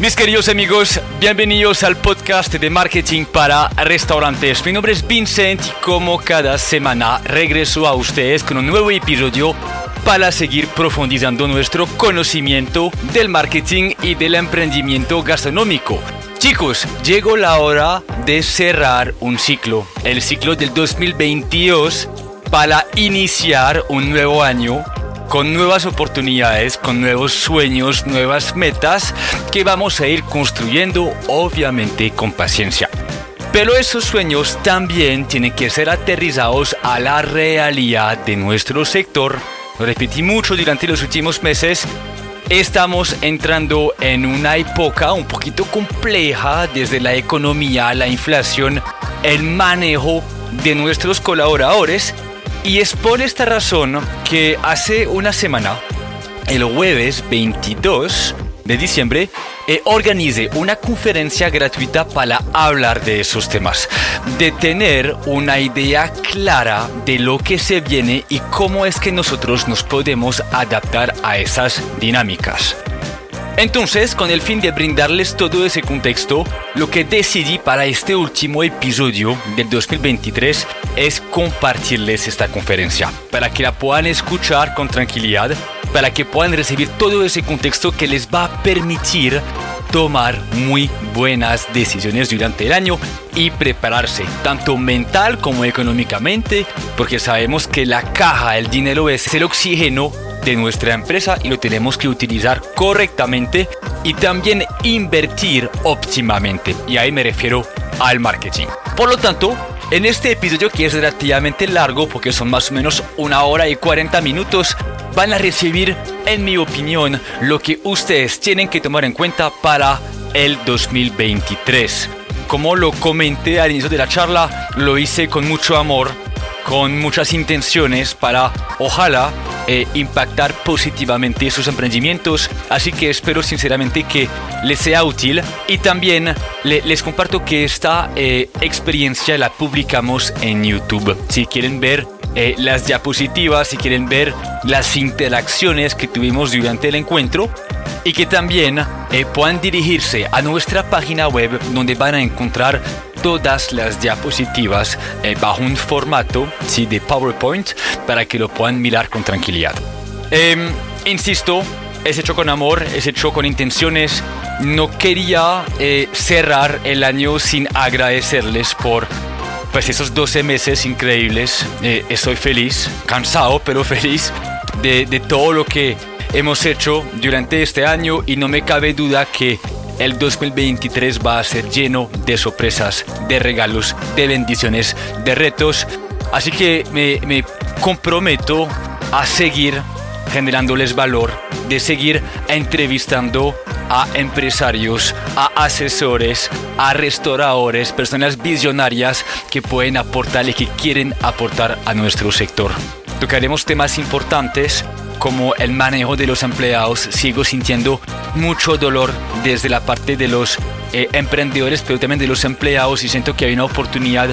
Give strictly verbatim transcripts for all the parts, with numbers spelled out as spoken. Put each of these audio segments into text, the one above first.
Mis queridos amigos, bienvenidos al podcast de marketing para restaurantes. Mi nombre es Vincent y como cada semana regreso a ustedes con un nuevo episodio para seguir profundizando nuestro conocimiento del marketing y del emprendimiento gastronómico. Chicos, llegó la hora de cerrar un ciclo, el ciclo del dos mil veintidós, para iniciar un nuevo año con nuevas oportunidades, con nuevos sueños, nuevas metas que vamos a ir construyendo, obviamente con paciencia. Pero esos sueños también tienen que ser aterrizados a la realidad de nuestro sector. Lo repetí mucho durante los últimos meses. Estamos entrando en una época un poquito compleja desde la economía, la inflación, el manejo de nuestros colaboradores. Y es por esta razón que hace una semana, el jueves veintidós de diciembre, eh, organicé una conferencia gratuita para hablar de esos temas, de tener una idea clara de lo que se viene y cómo es que nosotros nos podemos adaptar a esas dinámicas. Entonces, con el fin de brindarles todo ese contexto, lo que decidí para este último episodio del dos mil veintitrés es compartirles esta conferencia, para que la puedan escuchar con tranquilidad, para que puedan recibir todo ese contexto que les va a permitir tomar muy buenas decisiones durante el año y prepararse, tanto mental como económicamente, porque sabemos que la caja, el dinero es el oxígeno de nuestra empresa y lo tenemos que utilizar correctamente y también invertir óptimamente. Y ahí me refiero al marketing. Por lo tanto, en este episodio, que es relativamente largo porque son más o menos una hora y cuarenta minutos, van a recibir, en mi opinión, lo que ustedes tienen que tomar en cuenta para el dos mil veintitrés. Como lo comenté al inicio de la charla, lo hice con mucho amor, con muchas intenciones para, ojalá, eh, impactar positivamente sus emprendimientos. Así que espero sinceramente que les sea útil. Y también le, les comparto que esta eh, experiencia la publicamos en YouTube. Si quieren ver eh, las diapositivas, si quieren ver las interacciones que tuvimos durante el encuentro, y que también eh, puedan dirigirse a nuestra página web, donde van a encontrar todas las diapositivas eh, bajo un formato, sí, de PowerPoint, para que lo puedan mirar con tranquilidad. Eh, insisto, es hecho con amor, es hecho con intenciones. No quería eh, cerrar el año sin agradecerles por pues, esos doce meses increíbles. Eh, estoy feliz, cansado, pero feliz de, de todo lo que hemos hecho durante este año, y no me cabe duda que el dos mil veintitrés va a ser lleno de sorpresas, de regalos, de bendiciones, de retos. Así que me, me comprometo a seguir generándoles valor, de seguir entrevistando a empresarios, a asesores, a restauradores, personas visionarias que pueden aportar y que quieren aportar a nuestro sector. Tocaremos temas importantes como el manejo de los empleados. Sigo sintiendo mucho dolor desde la parte de los eh, emprendedores, pero también de los empleados, y siento que hay una oportunidad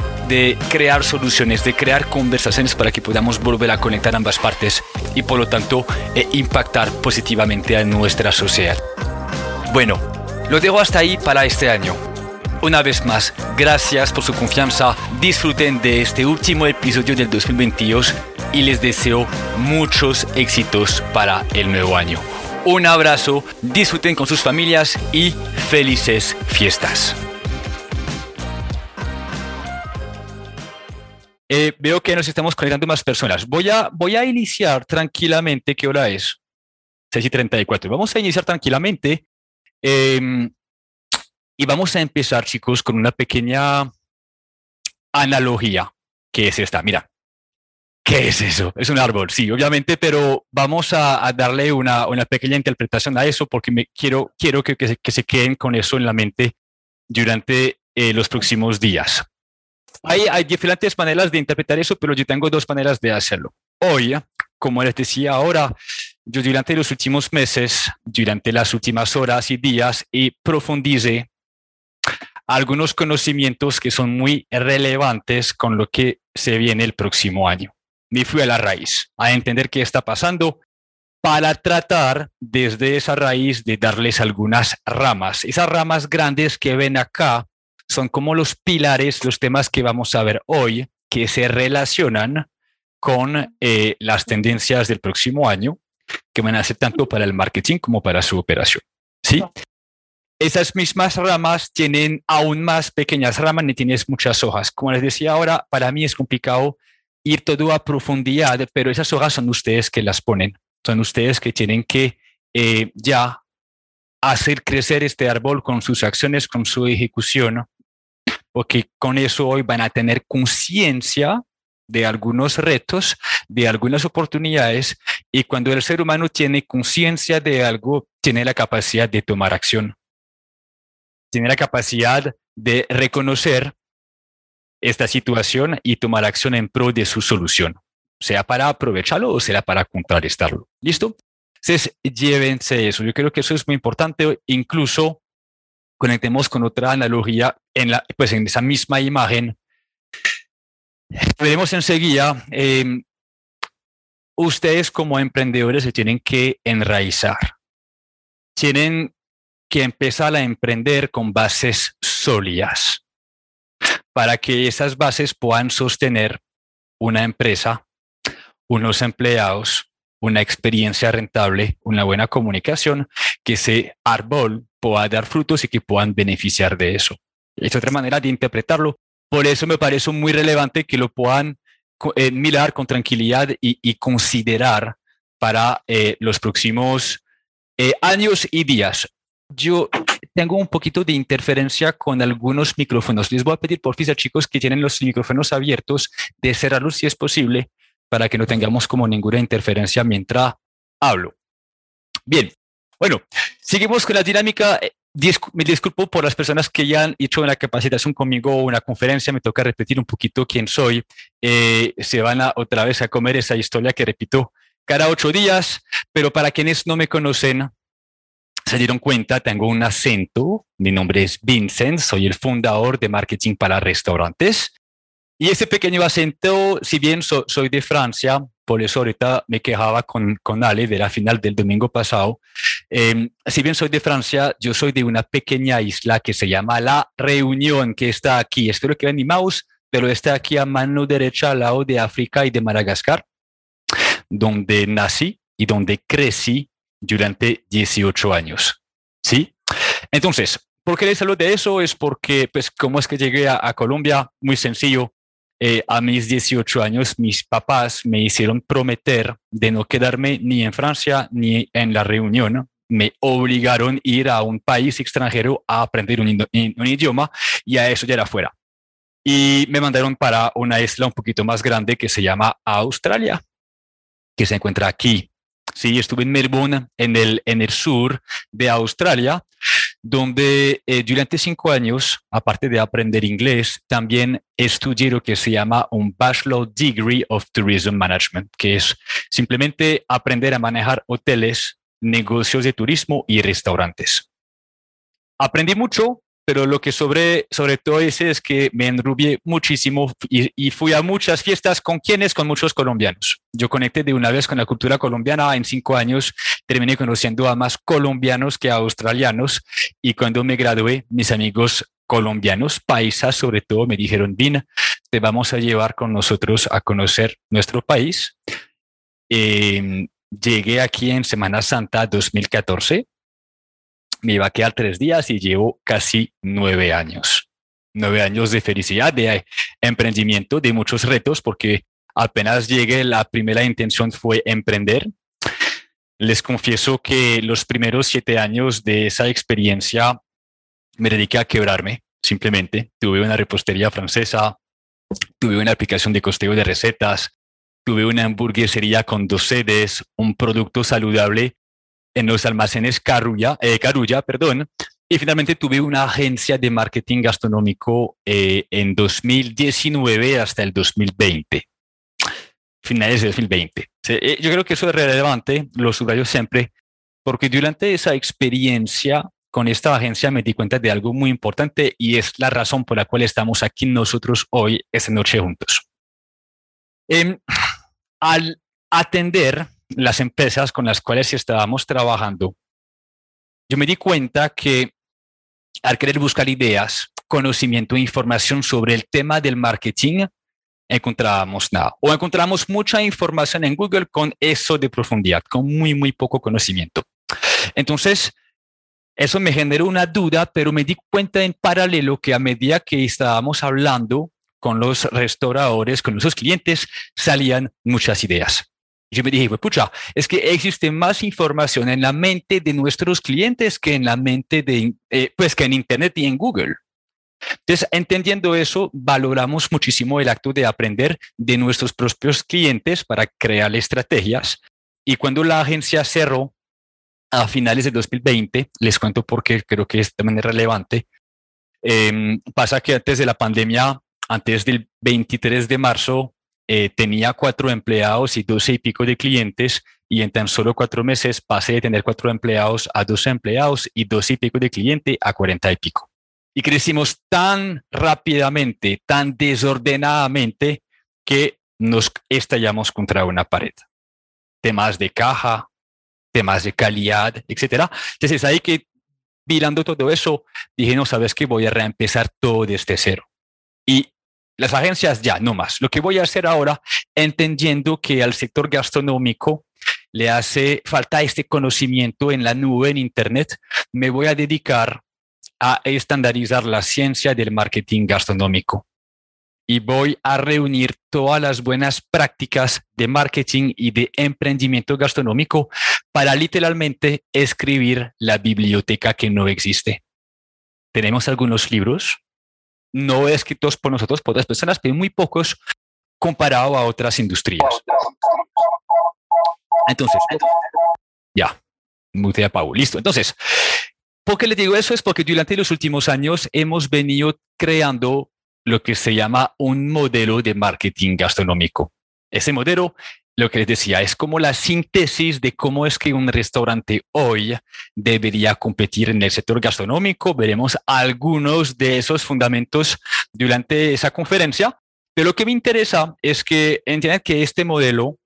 de crear soluciones, de crear conversaciones para que podamos volver a conectar ambas partes y por lo tanto eh, impactar positivamente a nuestra sociedad. Bueno, lo dejo hasta ahí para este año. Una vez más, gracias por su confianza. Disfruten de este último episodio del dos mil veintidós y les deseo muchos éxitos para el nuevo año. Un abrazo, disfruten con sus familias y felices fiestas. Eh, veo que nos estamos conectando más personas. Voy a, voy a iniciar tranquilamente. ¿Qué hora es? seis y treinta y cuatro. Vamos a iniciar tranquilamente. Eh, y vamos a empezar, chicos, con una pequeña analogía. ¿Qué es esta? Mira. ¿Qué es eso? Es un árbol, sí, obviamente, pero vamos a, a darle una, una pequeña interpretación a eso porque me quiero, quiero que, que, se, que se queden con eso en la mente durante eh, los próximos días. Hay, hay diferentes maneras de interpretar eso, pero yo tengo dos maneras de hacerlo. Hoy, como les decía ahora, yo durante los últimos meses, durante las últimas horas y días, y profundicé algunos conocimientos que son muy relevantes con lo que se viene el próximo año. Me fui a la raíz, a entender qué está pasando para tratar desde esa raíz de darles algunas ramas. Esas ramas grandes que ven acá son como los pilares, los temas que vamos a ver hoy, que se relacionan con eh, las tendencias del próximo año, que van a ser tanto para el marketing como para su operación. ¿Sí? Esas mismas ramas tienen aún más pequeñas ramas y tienen muchas hojas. Como les decía ahora, para mí es complicado ir todo a profundidad, pero esas hojas son ustedes que las ponen. Son ustedes que tienen que eh, ya hacer crecer este árbol con sus acciones, con su ejecución, porque con eso hoy van a tener conciencia de algunos retos, de algunas oportunidades, y cuando el ser humano tiene conciencia de algo, tiene la capacidad de tomar acción. Tiene la capacidad de reconocer esta situación y tomar acción en pro de su solución, sea para aprovecharlo o sea para contrarrestarlo. ¿Listo? Entonces, llévense eso. Yo creo que eso es muy importante. Incluso conectemos con otra analogía en, la, pues en esa misma imagen. Veremos enseguida, eh, ustedes como emprendedores se tienen que enraizar. Tienen que empezar a emprender con bases sólidas para que esas bases puedan sostener una empresa, unos empleados, una experiencia rentable, una buena comunicación, que ese árbol pueda dar frutos y que puedan beneficiar de eso. Es otra manera de interpretarlo. Por eso me parece muy relevante que lo puedan eh, mirar con tranquilidad y, y considerar para eh, los próximos eh, años y días. Yo tengo un poquito de interferencia con algunos micrófonos. Les voy a pedir, por favor, chicos, que tienen los micrófonos abiertos, de cerrarlos si es posible, para que no tengamos como ninguna interferencia mientras hablo. Bien, bueno, seguimos con la dinámica. Discu- me disculpo por las personas que ya han hecho una capacitación conmigo o una conferencia, me toca repetir un poquito quién soy. Eh, se van a, otra vez a comer esa historia que repito cada ocho días, pero para quienes no me conocen, se dieron cuenta, tengo un acento, mi nombre es Vincent, soy el fundador de Marketing para Restaurantes. Y ese pequeño acento, si bien so, soy de Francia, por eso ahorita me quejaba con, con Ale de la final del domingo pasado, eh, si bien soy de Francia, yo soy de una pequeña isla que se llama La Reunión, que está aquí. Espero que vean mi mouse, pero está aquí a mano derecha al lado de África y de Madagascar, donde nací y donde crecí durante dieciocho años. ¿Sí? Entonces, ¿por qué les hablo de eso? Es porque, pues, ¿cómo es que llegué a, a Colombia? Muy sencillo. Eh, a mis dieciocho años, mis papás me hicieron prometer de no quedarme ni en Francia ni en La Reunión. Me obligaron a ir a un país extranjero a aprender un, un idioma y a eso ya era fuera. Y me mandaron para una isla un poquito más grande que se llama Australia, que se encuentra aquí. Sí, estuve en Melbourne, en el, en el sur de Australia, donde eh, durante cinco años, aparte de aprender inglés, también estudié lo que se llama un Bachelor Degree of Tourism Management, que es simplemente aprender a manejar hoteles, negocios de turismo y restaurantes. Aprendí mucho, pero lo que sobre, sobre todo ese es que me enrubié muchísimo y, y fui a muchas fiestas. ¿Con quiénes? Con muchos colombianos. Yo conecté de una vez con la cultura colombiana. En cinco años terminé conociendo a más colombianos que a australianos, y cuando me gradué, mis amigos colombianos, paisas sobre todo, me dijeron: Vin, te vamos a llevar con nosotros a conocer nuestro país. Eh, llegué aquí en Semana Santa dos mil catorce. Me iba a quedar tres días y llevo casi nueve años. Nueve años de felicidad, de emprendimiento, de muchos retos, porque apenas llegué, la primera intención fue emprender. Les confieso que los primeros siete años de esa experiencia me dediqué a quebrarme, simplemente. Tuve una repostería francesa, tuve una aplicación de costeo de recetas, tuve una hamburguesería con dos sedes, un producto saludable en los almacenes Carulla, eh, Carulla, perdón, y finalmente tuve una agencia de marketing gastronómico eh, en dos mil diecinueve hasta el dos mil veinte, finales de dos mil veinte. Eh, yo creo que eso es relevante, lo subrayo siempre, porque durante esa experiencia con esta agencia me di cuenta de algo muy importante, y es la razón por la cual estamos aquí nosotros hoy, esta noche juntos. Eh, al atender las empresas con las cuales estábamos trabajando, yo me di cuenta que al querer buscar ideas, conocimiento e información sobre el tema del marketing, encontrábamos nada. O encontramos mucha información en Google con eso de profundidad, con muy, muy poco conocimiento. Entonces, eso me generó una duda, pero me di cuenta en paralelo que a medida que estábamos hablando con los restauradores, con nuestros clientes, salían muchas ideas. Yo me dije, pues, pucha, es que existe más información en la mente de nuestros clientes que en la mente de, eh, pues que en Internet y en Google. Entonces, entendiendo eso, valoramos muchísimo el acto de aprender de nuestros propios clientes para crear estrategias. Y cuando la agencia cerró a finales de dos mil veinte, les cuento porque creo que es también relevante, eh, pasa que antes de la pandemia, antes del veintitrés de marzo, eh, tenía cuatro empleados y doce y pico de clientes, y en tan solo cuatro meses pasé de tener cuatro empleados a doce empleados y doce y pico de cliente a cuarenta y pico. Y crecimos tan rápidamente, tan desordenadamente, que nos estallamos contra una pared. Temas de caja, temas de calidad, etcétera. Entonces, ahí que mirando todo eso, dije, no, sabes que voy a reempezar todo desde cero. Y las agencias ya, no más. Lo que voy a hacer ahora, entendiendo que al sector gastronómico le hace falta este conocimiento en la nube, en Internet, me voy a dedicar a estandarizar la ciencia del marketing gastronómico. Y voy a reunir todas las buenas prácticas de marketing y de emprendimiento gastronómico para literalmente escribir la biblioteca que no existe. Tenemos algunos libros, no escritos por nosotros, por otras personas, pero muy pocos comparado a otras industrias. Entonces, ya, mutea Pau, listo. Entonces, ¿por qué le digo eso? Es porque durante los últimos años hemos venido creando lo que se llama un modelo de marketing gastronómico. Ese modelo, lo que les decía, es como la síntesis de cómo es que un restaurante hoy debería competir en el sector gastronómico. Veremos algunos de esos fundamentos durante esa conferencia, pero lo que me interesa es que entiendan que este modelo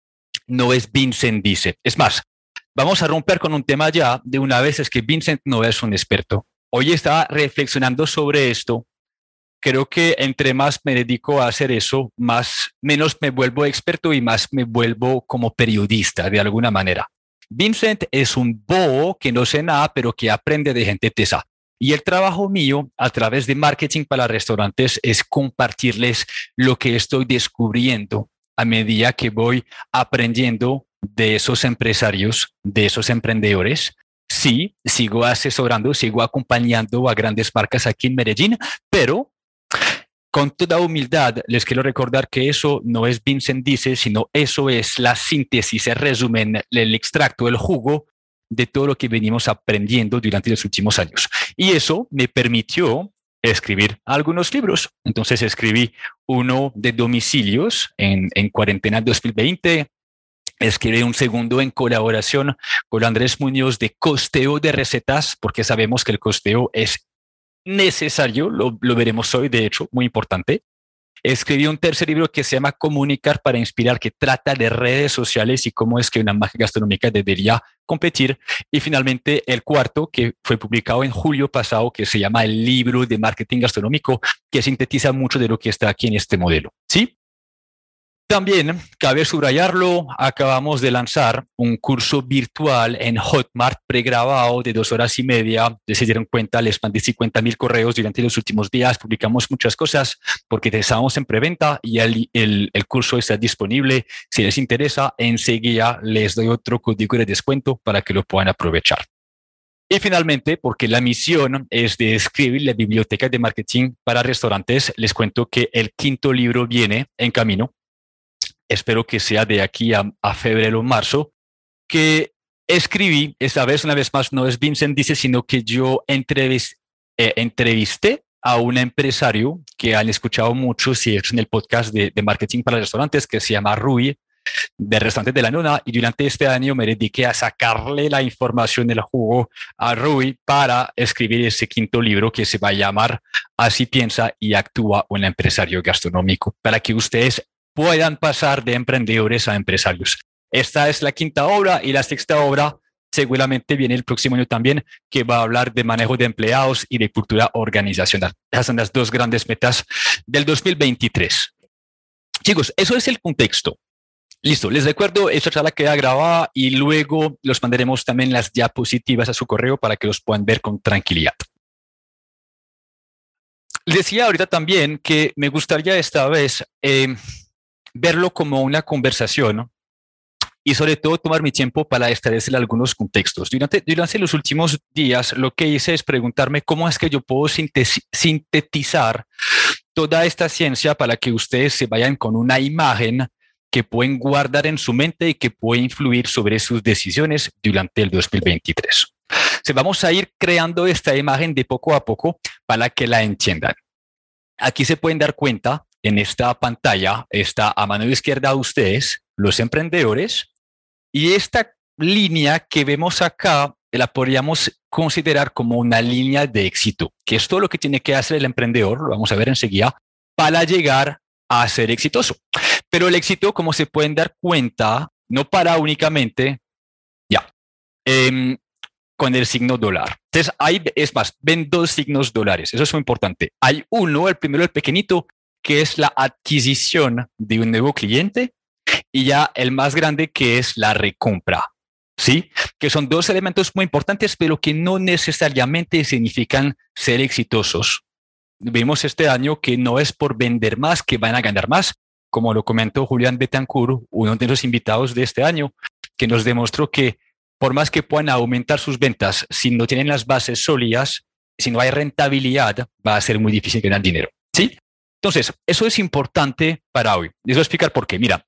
no es Vincent dice. Es más, vamos a romper con un tema ya de una vez, es que Vincent no es un experto. Hoy estaba reflexionando sobre esto. Creo que entre más me dedico a hacer eso, más, menos me vuelvo experto y más me vuelvo como periodista de alguna manera. Vincent es un bobo que no sé nada, pero que aprende de gente tesa. Y el trabajo mío a través de marketing para restaurantes es compartirles lo que estoy descubriendo a medida que voy aprendiendo de esos empresarios, de esos emprendedores. Sí, sigo asesorando, sigo acompañando a grandes marcas aquí en Medellín, pero con toda humildad, les quiero recordar que eso no es Vincent dice, sino eso es la síntesis, el resumen, el extracto, el jugo de todo lo que venimos aprendiendo durante los últimos años. Y eso me permitió escribir algunos libros. Entonces escribí uno de domicilios en, en cuarentena dos mil veinte. Escribí un segundo en colaboración con Andrés Muñoz de costeo de recetas, porque sabemos que el costeo es necesario, lo, lo veremos hoy, de hecho, muy importante. Escribí un tercer libro que se llama Comunicar para Inspirar, que trata de redes sociales y cómo es que una marca gastronómica debería competir. Y finalmente el cuarto, que fue publicado en julio pasado, que se llama El Libro de Marketing Gastronómico, que sintetiza mucho de lo que está aquí en este modelo. ¿Sí? También cabe subrayarlo, acabamos de lanzar un curso virtual en Hotmart pregrabado de dos horas y media. Se dieron cuenta, les mandé cincuenta mil correos durante los últimos días, publicamos muchas cosas porque estábamos en preventa y el, el, el curso está disponible. Si les interesa, enseguida les doy otro código de descuento para que lo puedan aprovechar. Y finalmente, porque la misión es de escribir la biblioteca de marketing para restaurantes, les cuento que el quinto libro viene en camino. Espero que sea de aquí a, a febrero o marzo, que escribí, esta vez una vez más no es Vincent dice, sino que yo entrevisté, eh, entrevisté a un empresario que han escuchado mucho, si es en el podcast de, de marketing para restaurantes, que se llama Rui, de Restaurantes de la Nona, y durante este año me dediqué a sacarle la información del jugo a Rui para escribir ese quinto libro que se va a llamar Así piensa y actúa un empresario gastronómico, para que ustedes puedan pasar de emprendedores a empresarios. esta es la quinta obra y la sexta obra seguramente viene el próximo año también, que va a hablar de manejo de empleados y de cultura organizacional. Esas son las dos grandes metas del dos mil veintitrés. Chicos, eso es el contexto. Listo, les recuerdo, esta charla queda grabada y luego los mandaremos también las diapositivas a su correo para que los puedan ver con tranquilidad. Les decía ahorita también que me gustaría esta vez eh, verlo como una conversación, ¿no? Y sobre todo tomar mi tiempo para establecer algunos contextos. Durante, durante los últimos días lo que hice es preguntarme cómo es que yo puedo sintetizar toda esta ciencia para que ustedes se vayan con una imagen que pueden guardar en su mente y que puede influir sobre sus decisiones durante el dos mil veintitrés. Se vamos a ir creando esta imagen de poco a poco para que la entiendan. Aquí se pueden dar cuenta, en esta pantalla está a mano izquierda a ustedes, los emprendedores, y esta línea que vemos acá la podríamos considerar como una línea de éxito, que es todo lo que tiene que hacer el emprendedor, lo vamos a ver enseguida, para llegar a ser exitoso. Pero el éxito, como se pueden dar cuenta, no para únicamente ya eh, con el signo dólar. Entonces, hay, es más, ven dos signos dólares, eso es muy importante. Hay uno, el primero, el pequeñito, que es la adquisición de un nuevo cliente, y ya el más grande, que es la recompra, ¿sí? Que son dos elementos muy importantes, pero que no necesariamente significan ser exitosos. Vimos este año que no es por vender más que van a ganar más, como lo comentó Julián Betancourt, uno de los invitados de este año, que nos demostró que por más que puedan aumentar sus ventas, si no tienen las bases sólidas, si no hay rentabilidad, va a ser muy difícil ganar dinero, ¿sí? Entonces, eso es importante para hoy. Les voy a explicar por qué. Mira,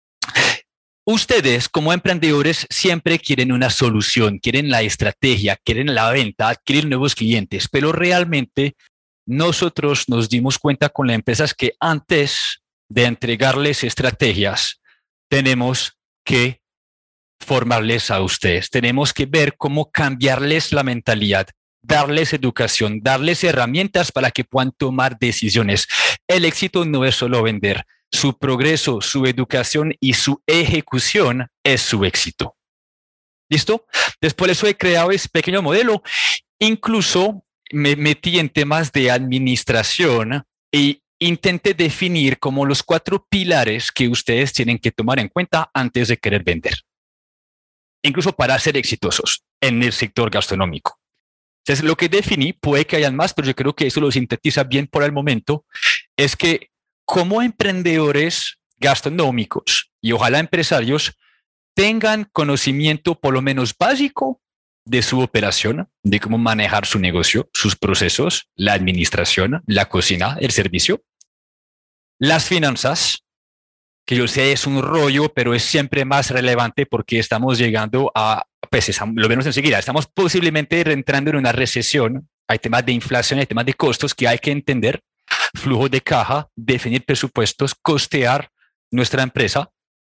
ustedes como emprendedores siempre quieren una solución, quieren la estrategia, quieren la venta, adquirir nuevos clientes, pero realmente nosotros nos dimos cuenta con las empresas que antes de entregarles estrategias, tenemos que formarles a ustedes, tenemos que ver cómo cambiarles la mentalidad, darles educación, darles herramientas para que puedan tomar decisiones. El éxito no es solo vender. Su progreso, su educación y su ejecución es su éxito. ¿Listo? Después de eso he creado este pequeño modelo. Incluso me metí en temas de administración e intenté definir como los cuatro pilares que ustedes tienen que tomar en cuenta antes de querer vender. Incluso para ser exitosos en el sector gastronómico. Entonces, lo que definí, puede que hayan más, pero yo creo que eso lo sintetiza bien por el momento, es que como emprendedores gastronómicos y ojalá empresarios tengan conocimiento por lo menos básico de su operación, de cómo manejar su negocio, sus procesos, la administración, la cocina, el servicio, las finanzas, que yo sé es un rollo, pero es siempre más relevante porque estamos llegando a, pues estamos, lo vemos enseguida, estamos posiblemente entrando en una recesión, hay temas de inflación, hay temas de costos que hay que entender, flujo de caja, definir presupuestos, costear nuestra empresa.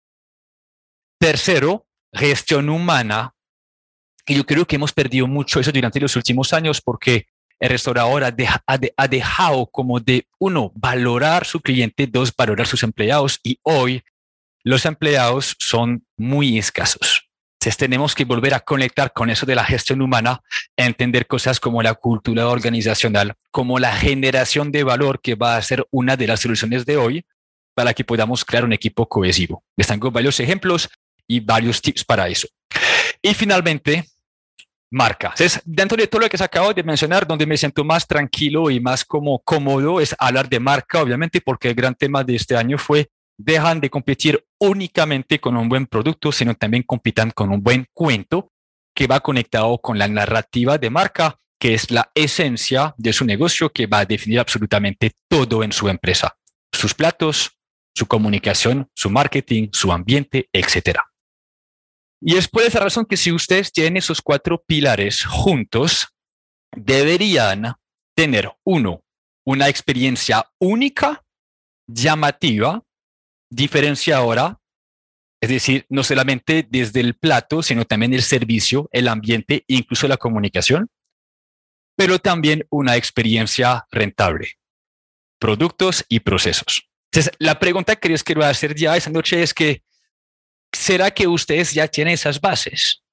Tercero, gestión humana. Y yo creo que hemos perdido mucho eso durante los últimos años porque el restaurador ha, deja, ha, de, ha dejado como de, uno, valorar su cliente, dos, valorar sus empleados y hoy los empleados son muy escasos. Entonces tenemos que volver a conectar con eso de la gestión humana, a entender cosas como la cultura organizacional, como la generación de valor que va a ser una de las soluciones de hoy para que podamos crear un equipo cohesivo. Les tengo varios ejemplos y varios tips para eso. Y finalmente, marca. Entonces, dentro de todo lo que se acabo de mencionar, donde me siento más tranquilo y más como cómodo es hablar de marca, obviamente, porque el gran tema de este año fue dejan de competir únicamente con un buen producto, sino también compitan con un buen cuento que va conectado con la narrativa de marca, que es la esencia de su negocio, que va a definir absolutamente todo en su empresa. Sus platos, su comunicación, su marketing, su ambiente, etcétera. Y es por esa razón que si ustedes tienen esos cuatro pilares juntos, deberían tener, uno, una experiencia única, llamativa, diferenciadora, es decir, no solamente desde el plato, sino también el servicio, el ambiente, incluso la comunicación, pero también una experiencia rentable, productos y procesos. Entonces, la pregunta que les quiero hacer ya esta noche es que ¿Será que ustedes ya tienen esas bases?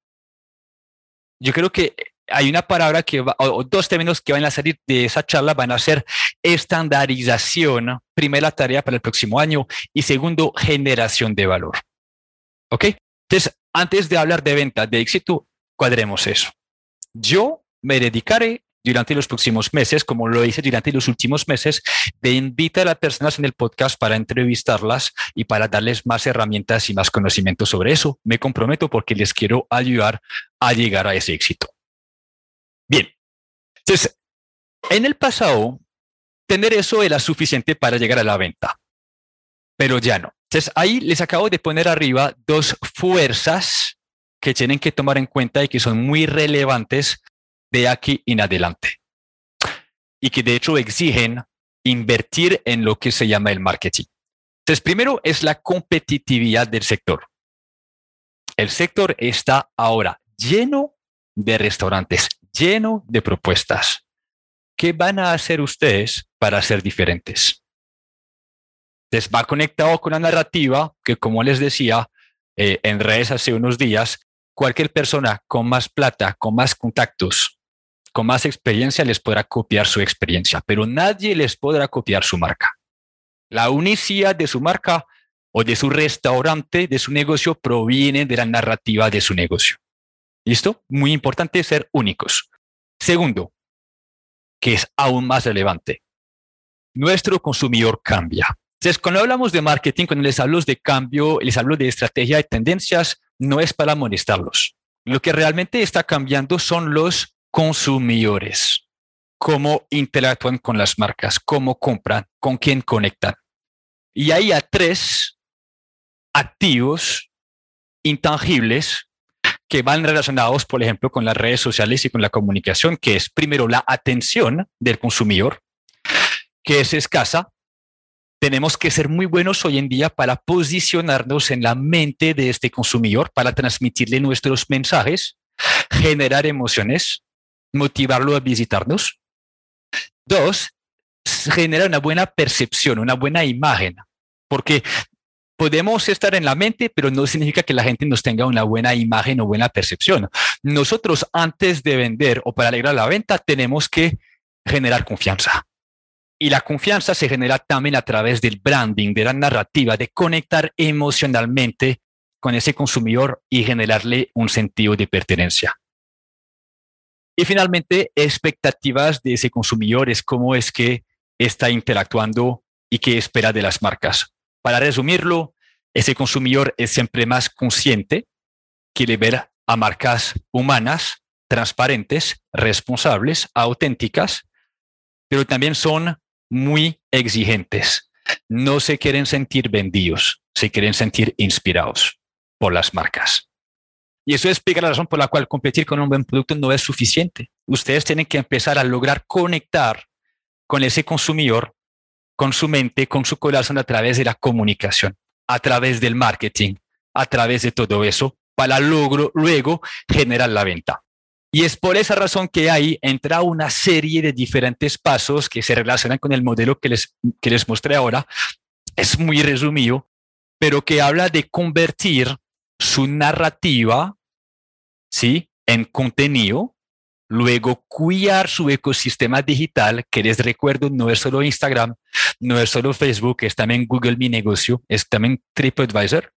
Yo creo que hay una palabra que va, o dos términos que van a salir de esa charla van a ser estandarización, primera tarea para el próximo año, y segundo, generación de valor. ¿Ok? Entonces, antes de hablar de ventas de éxito, cuadremos eso. Yo me dedicaré durante los próximos meses, como lo hice durante los últimos meses, de invitar a personas en el podcast para entrevistarlas y para darles más herramientas y más conocimiento sobre eso. Me comprometo porque les quiero ayudar a llegar a ese éxito. Bien, entonces, en el pasado, tener eso era suficiente para llegar a la venta, pero ya no. Entonces, ahí les acabo de poner arriba dos fuerzas que tienen que tomar en cuenta y que son muy relevantes de aquí en adelante y que de hecho exigen invertir en lo que se llama el marketing. Entonces, primero es la competitividad del sector. El sector está ahora lleno de restaurantes, lleno de propuestas. ¿Qué van a hacer ustedes para ser diferentes? Entonces, va conectado con la narrativa que, como les decía eh, en redes hace unos días, cualquier persona con más plata, con más contactos, con más experiencia les podrá copiar su experiencia, pero nadie les podrá copiar su marca. La unicidad de su marca o de su restaurante, de su negocio, proviene de la narrativa de su negocio. ¿Listo? Muy importante ser únicos. Segundo, que es aún más relevante, nuestro consumidor cambia. Entonces, cuando hablamos de marketing, cuando les hablo de cambio, les hablo de estrategia de tendencias, no es para molestarlos. Lo que realmente está cambiando son los consumidores, cómo interactúan con las marcas, cómo compran, con quién conectan. Y hay a tres activos intangibles que van relacionados, por ejemplo, con las redes sociales y con la comunicación, que es primero la atención del consumidor, que es escasa. Tenemos que ser muy buenos hoy en día para posicionarnos en la mente de este consumidor, para transmitirle nuestros mensajes, generar emociones, motivarlo a visitarnos. Dos, generar una buena percepción, una buena imagen, porque podemos estar en la mente, pero no significa que la gente nos tenga una buena imagen o buena percepción. Nosotros, antes de vender o para alegrar la venta, tenemos que generar confianza. Y la confianza se genera también a través del branding, de la narrativa, de conectar emocionalmente con ese consumidor y generarle un sentido de pertenencia. Y finalmente, expectativas de ese consumidor es cómo es que está interactuando y qué espera de las marcas. Para resumirlo, ese consumidor es siempre más consciente, quiere ver a marcas humanas, transparentes, responsables, auténticas, pero también son muy exigentes. No se quieren sentir vendidos, se quieren sentir inspirados por las marcas. Y eso explica la razón por la cual competir con un buen producto no es suficiente. Ustedes tienen que empezar a lograr conectar con ese consumidor, con su mente, con su corazón a través de la comunicación, a través del marketing, a través de todo eso, para logro, luego generar la venta. Y es por esa razón que ahí entra una serie de diferentes pasos que se relacionan con el modelo que les, que les mostré ahora. Es muy resumido, pero que habla de convertir su narrativa, ¿sí?, en contenido, luego cuidar su ecosistema digital, que les recuerdo no es solo Instagram, no es solo Facebook, es también Google Mi Negocio, es también TripAdvisor.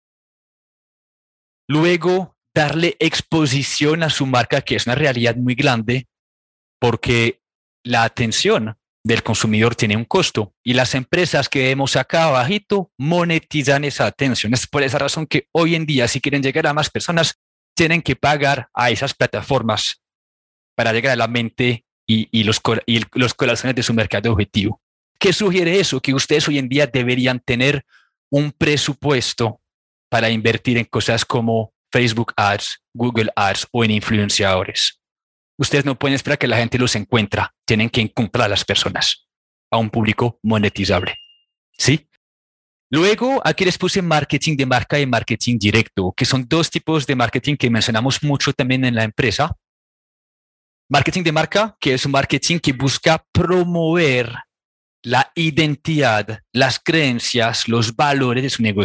Luego darle exposición a su marca, que es una realidad muy grande, porque la atención del consumidor tiene un costo y las empresas que vemos acá abajito monetizan esa atención. Es por esa razón que hoy en día, si quieren llegar a más personas, tienen que pagar a esas plataformas para llegar a la mente y, y, los, y los corazones de su mercado objetivo. ¿Qué sugiere eso? Que ustedes hoy en día deberían tener un presupuesto para invertir en cosas como Facebook Ads, Google Ads o en influenciadores. Ustedes no pueden esperar que la gente los encuentre, tienen que encontrar a las personas, a un público monetizable. ¿Sí? Luego, aquí les puse marketing de marca y marketing directo, que son dos tipos de marketing que mencionamos mucho también en la empresa. Marketing de marca, que es un marketing que busca promover la identidad, las creencias, los valores de su negocio.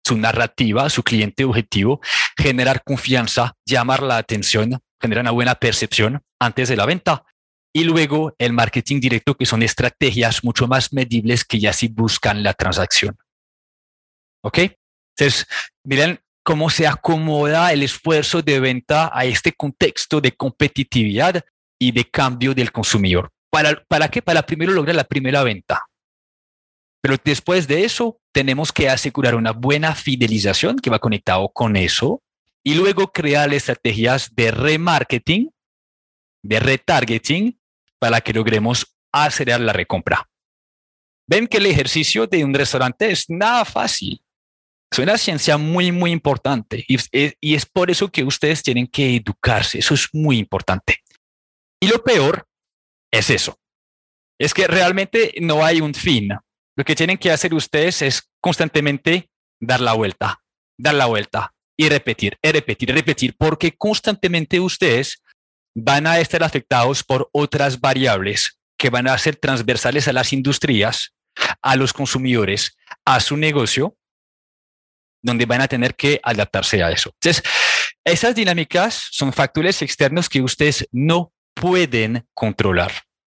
su narrativa, su cliente objetivo, generar confianza, llamar la atención, generar una buena percepción antes de la venta. Y luego el marketing directo, que son estrategias mucho más medibles que ya sí buscan la transacción. ¿Ok? Entonces, miren cómo se acomoda el esfuerzo de venta a este contexto de competitividad y de cambio del consumidor. ¿Para, para qué? Para primero lograr la primera venta. Pero después de eso, tenemos que asegurar una buena fidelización que va conectado con eso y luego crear estrategias de remarketing, de retargeting, para que logremos acelerar la recompra. Ven que el ejercicio de un restaurante es nada fácil. Es una ciencia muy, muy importante y, y es por eso que ustedes tienen que educarse. Eso es muy importante. Y lo peor es eso. Es que realmente no hay un fin. Lo que tienen que hacer ustedes es constantemente dar la vuelta, dar la vuelta y repetir, y repetir, y repetir, porque constantemente ustedes van a estar afectados por otras variables que van a ser transversales a las industrias, a los consumidores, a su negocio, donde van a tener que adaptarse a eso. Entonces, esas dinámicas son factores externos que ustedes no pueden controlar.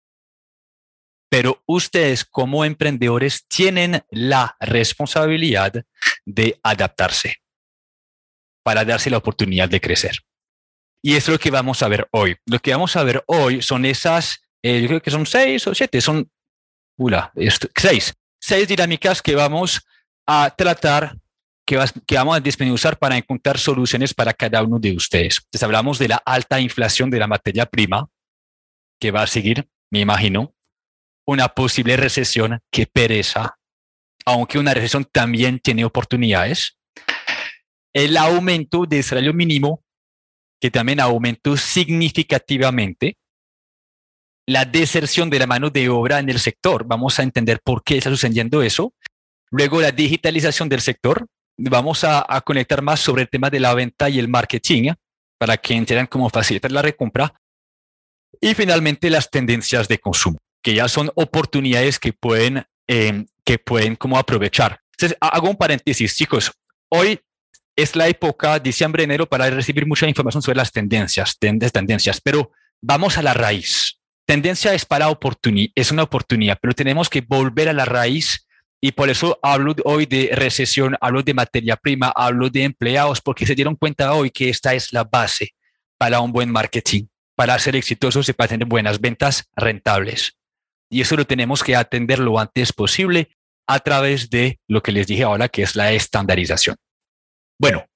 Pero ustedes como emprendedores tienen la responsabilidad de adaptarse para darse la oportunidad de crecer. Y es lo que vamos a ver hoy. Lo que vamos a ver hoy son esas, eh, yo creo que son seis o siete, son ula, esto, seis, seis dinámicas que vamos a tratar, que, vas, que vamos a desmenuzar para encontrar soluciones para cada uno de ustedes. Entonces hablamos de la alta inflación de la materia prima, que va a seguir, me imagino, una posible recesión, que pereza, aunque una recesión también tiene oportunidades. El aumento del salario mínimo, que también aumentó significativamente. La deserción de la mano de obra en el sector. Vamos a entender por qué está sucediendo eso. Luego, la digitalización del sector. Vamos a, a conectar más sobre el tema de la venta y el marketing para que entiendan cómo facilitar la recompra. Y finalmente, las tendencias de consumo, que ya son oportunidades que pueden, eh, que pueden como aprovechar. Entonces, hago un paréntesis, chicos. Hoy es la época diciembre, enero para recibir mucha información sobre las tendencias, tendencias, pero vamos a la raíz. Tendencia es para oportunidad, es una oportunidad, pero tenemos que volver a la raíz y por eso hablo hoy de recesión, hablo de materia prima, hablo de empleados, porque se dieron cuenta hoy que esta es la base para un buen marketing, para ser exitosos y para tener buenas ventas rentables. Y eso lo tenemos que atender lo antes posible a través de lo que les dije ahora, que es la estandarización. Bueno,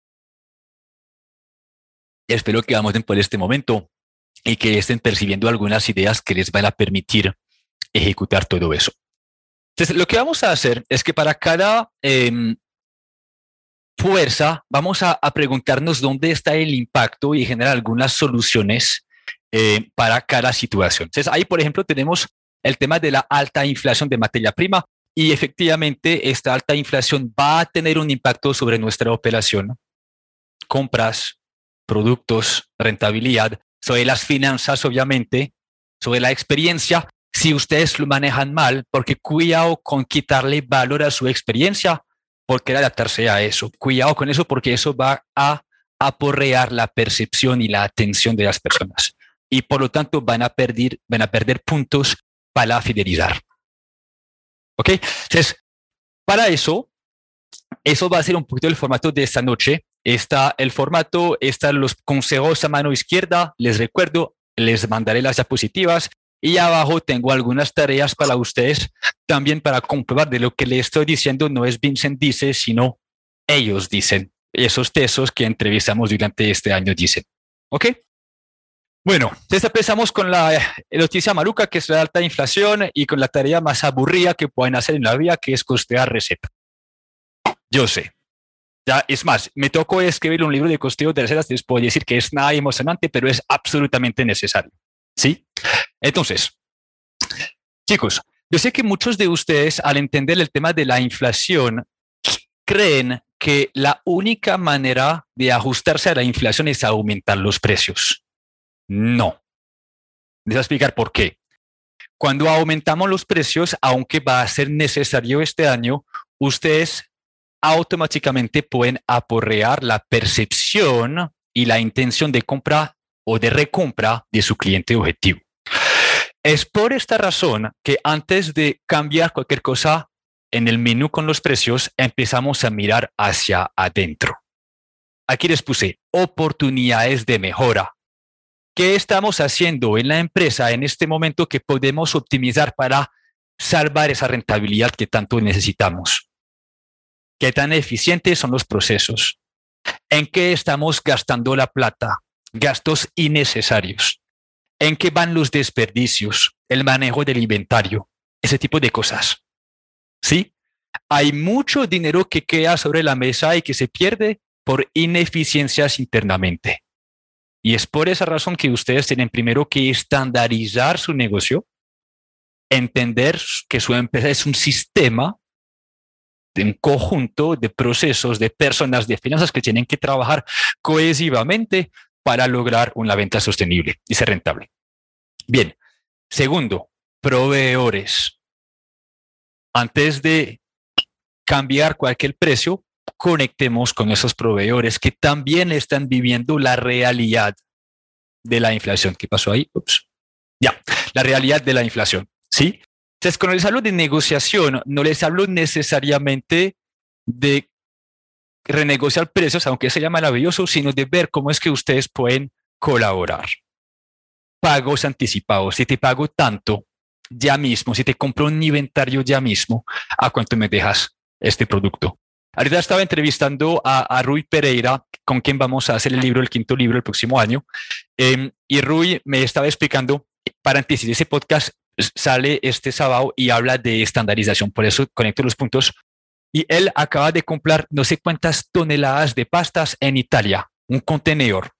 espero que vamos por este momento y que estén percibiendo algunas ideas que les van a permitir ejecutar todo eso. Entonces, lo que vamos a hacer es que para cada eh, fuerza vamos a, a preguntarnos dónde está el impacto y generar algunas soluciones eh, para cada situación. Entonces, ahí, por ejemplo, tenemos el tema de la alta inflación de materia prima. Y efectivamente, esta alta inflación va a tener un impacto sobre nuestra operación, compras, productos, rentabilidad, sobre las finanzas, obviamente, sobre la experiencia, si ustedes lo manejan mal, porque cuidado con quitarle valor a su experiencia, porque adaptarse a eso. Cuidado con eso, porque eso va a aporrear la percepción y la atención de las personas. Y por lo tanto, van a perder, van a perder puntos para fidelizar. ¿Ok? Entonces, para eso, eso va a ser un poquito el formato de esta noche. Está el formato, están los consejos a mano izquierda. Les recuerdo, les mandaré las diapositivas y abajo tengo algunas tareas para ustedes también para comprobar de lo que les estoy diciendo. No es Vincent dice, sino ellos dicen. Esos textos que entrevistamos durante este año dicen. ¿Ok? Bueno, entonces empezamos con la noticia maluca, que es la alta inflación, y con la tarea más aburrida que pueden hacer en la vida, que es costear recetas. Yo sé. Ya, es más, me tocó escribir un libro de costeo de recetas, les puedo decir que es nada emocionante, pero es absolutamente necesario. ¿Sí? Entonces, chicos, yo sé que muchos de ustedes, al entender el tema de la inflación, creen que la única manera de ajustarse a la inflación es aumentar los precios. No. Les voy a explicar por qué. Cuando aumentamos los precios, aunque va a ser necesario este año, ustedes automáticamente pueden aporrear la percepción y la intención de compra o de recompra de su cliente objetivo. Es por esta razón que antes de cambiar cualquier cosa en el menú con los precios, empezamos a mirar hacia adentro. Aquí les puse oportunidades de mejora. ¿Qué estamos haciendo en la empresa en este momento que podemos optimizar para salvar esa rentabilidad que tanto necesitamos? ¿Qué tan eficientes son los procesos? ¿En qué estamos gastando la plata? Gastos innecesarios. ¿En qué van los desperdicios? El manejo del inventario. Ese tipo de cosas. ¿Sí? Hay mucho dinero que queda sobre la mesa y que se pierde por ineficiencias internamente. Y es por esa razón que ustedes tienen primero que estandarizar su negocio, entender que su empresa es un sistema, de un conjunto de procesos, de personas, de finanzas que tienen que trabajar cohesivamente para lograr una venta sostenible y ser rentable. Bien, segundo, proveedores. Antes de cambiar cualquier precio, conectemos con esos proveedores que también están viviendo la realidad de la inflación. ¿Qué pasó ahí? Ups. Ya, la realidad de la inflación, ¿sí? Entonces, cuando les hablo de negociación, no les hablo necesariamente de renegociar precios, aunque sea maravilloso, sino de ver cómo es que ustedes pueden colaborar. Pagos anticipados. Si te pago tanto ya mismo, si te compro un inventario ya mismo, ¿a cuánto me dejas este producto? Ahorita estaba entrevistando a, a Rui Pereira, con quien vamos a hacer el libro, el quinto libro, el próximo año. Eh, y Rui me estaba explicando, paréntesis, ese podcast sale este sábado y habla de estandarización, por eso conecto los puntos. Y él acaba de comprar no sé cuántas toneladas de pastas en Italia, un contenedor,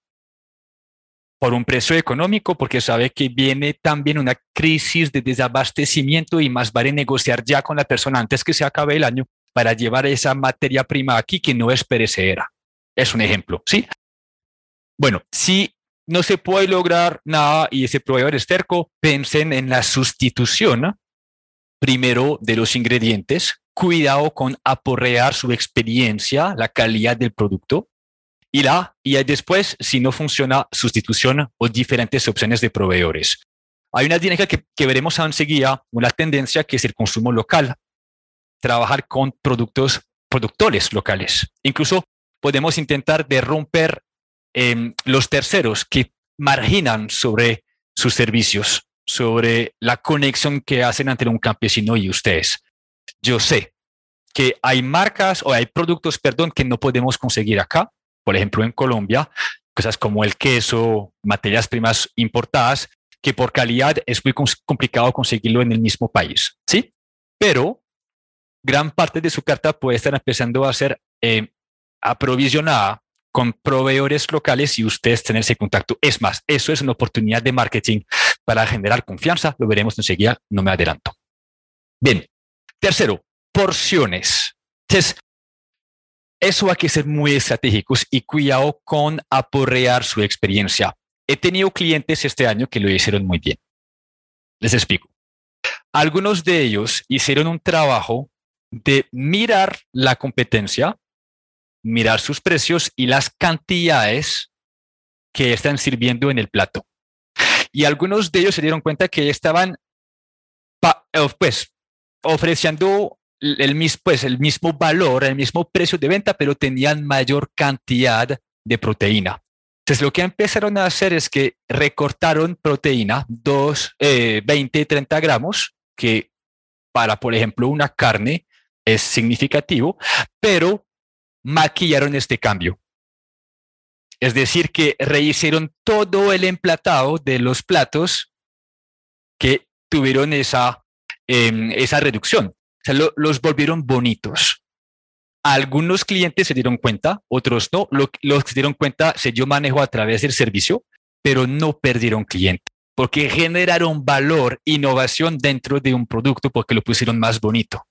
por un precio económico, porque sabe que viene también una crisis de desabastecimiento y más vale negociar ya con la persona antes que se acabe el año para llevar esa materia prima aquí que no es perecedera. Es un ejemplo, ¿sí? Bueno, si no se puede lograr nada y ese proveedor es terco, piensen en la sustitución primero de los ingredientes. Cuidado con aporrear su experiencia, la calidad del producto. Y, la, y después, si no funciona, sustitución o diferentes opciones de proveedores. Hay una dinámica que, que veremos enseguida, una tendencia que es el consumo local. Trabajar con productos, productores locales. Incluso podemos intentar de romper eh, los terceros que marginan sobre sus servicios, sobre la conexión que hacen entre un campesino y ustedes. Yo sé que hay marcas o hay productos, perdón, que no podemos conseguir acá. Por ejemplo, en Colombia, cosas como el queso, materias primas importadas, que por calidad es muy complicado conseguirlo en el mismo país, ¿sí? Pero gran parte de su carta puede estar empezando a ser eh, aprovisionada con proveedores locales y ustedes tener ese contacto. Es más, eso es una oportunidad de marketing para generar confianza. Lo veremos enseguida, no me adelanto. Bien, tercero, porciones. Entonces, eso hay que ser muy estratégicos y cuidado con aporrear su experiencia. He tenido clientes este año que lo hicieron muy bien. Les explico. Algunos de ellos hicieron un trabajo de mirar la competencia, mirar sus precios y las cantidades que están sirviendo en el plato. Y algunos de ellos se dieron cuenta que estaban pues, ofreciendo el mismo, pues, el mismo valor, el mismo precio de venta, pero tenían mayor cantidad de proteína. Entonces, lo que empezaron a hacer es que recortaron proteína, dos, eh, veinte, treinta gramos, que para, por ejemplo, una carne es significativo, pero maquillaron este cambio. Es decir, que rehicieron todo el emplatado de los platos que tuvieron esa, eh, esa reducción. O sea, lo, los volvieron bonitos. Algunos clientes se dieron cuenta, otros no. Lo, los que se dieron cuenta se dio manejo a través del servicio, pero no perdieron clientes, porque generaron valor, innovación dentro de un producto porque lo pusieron más bonito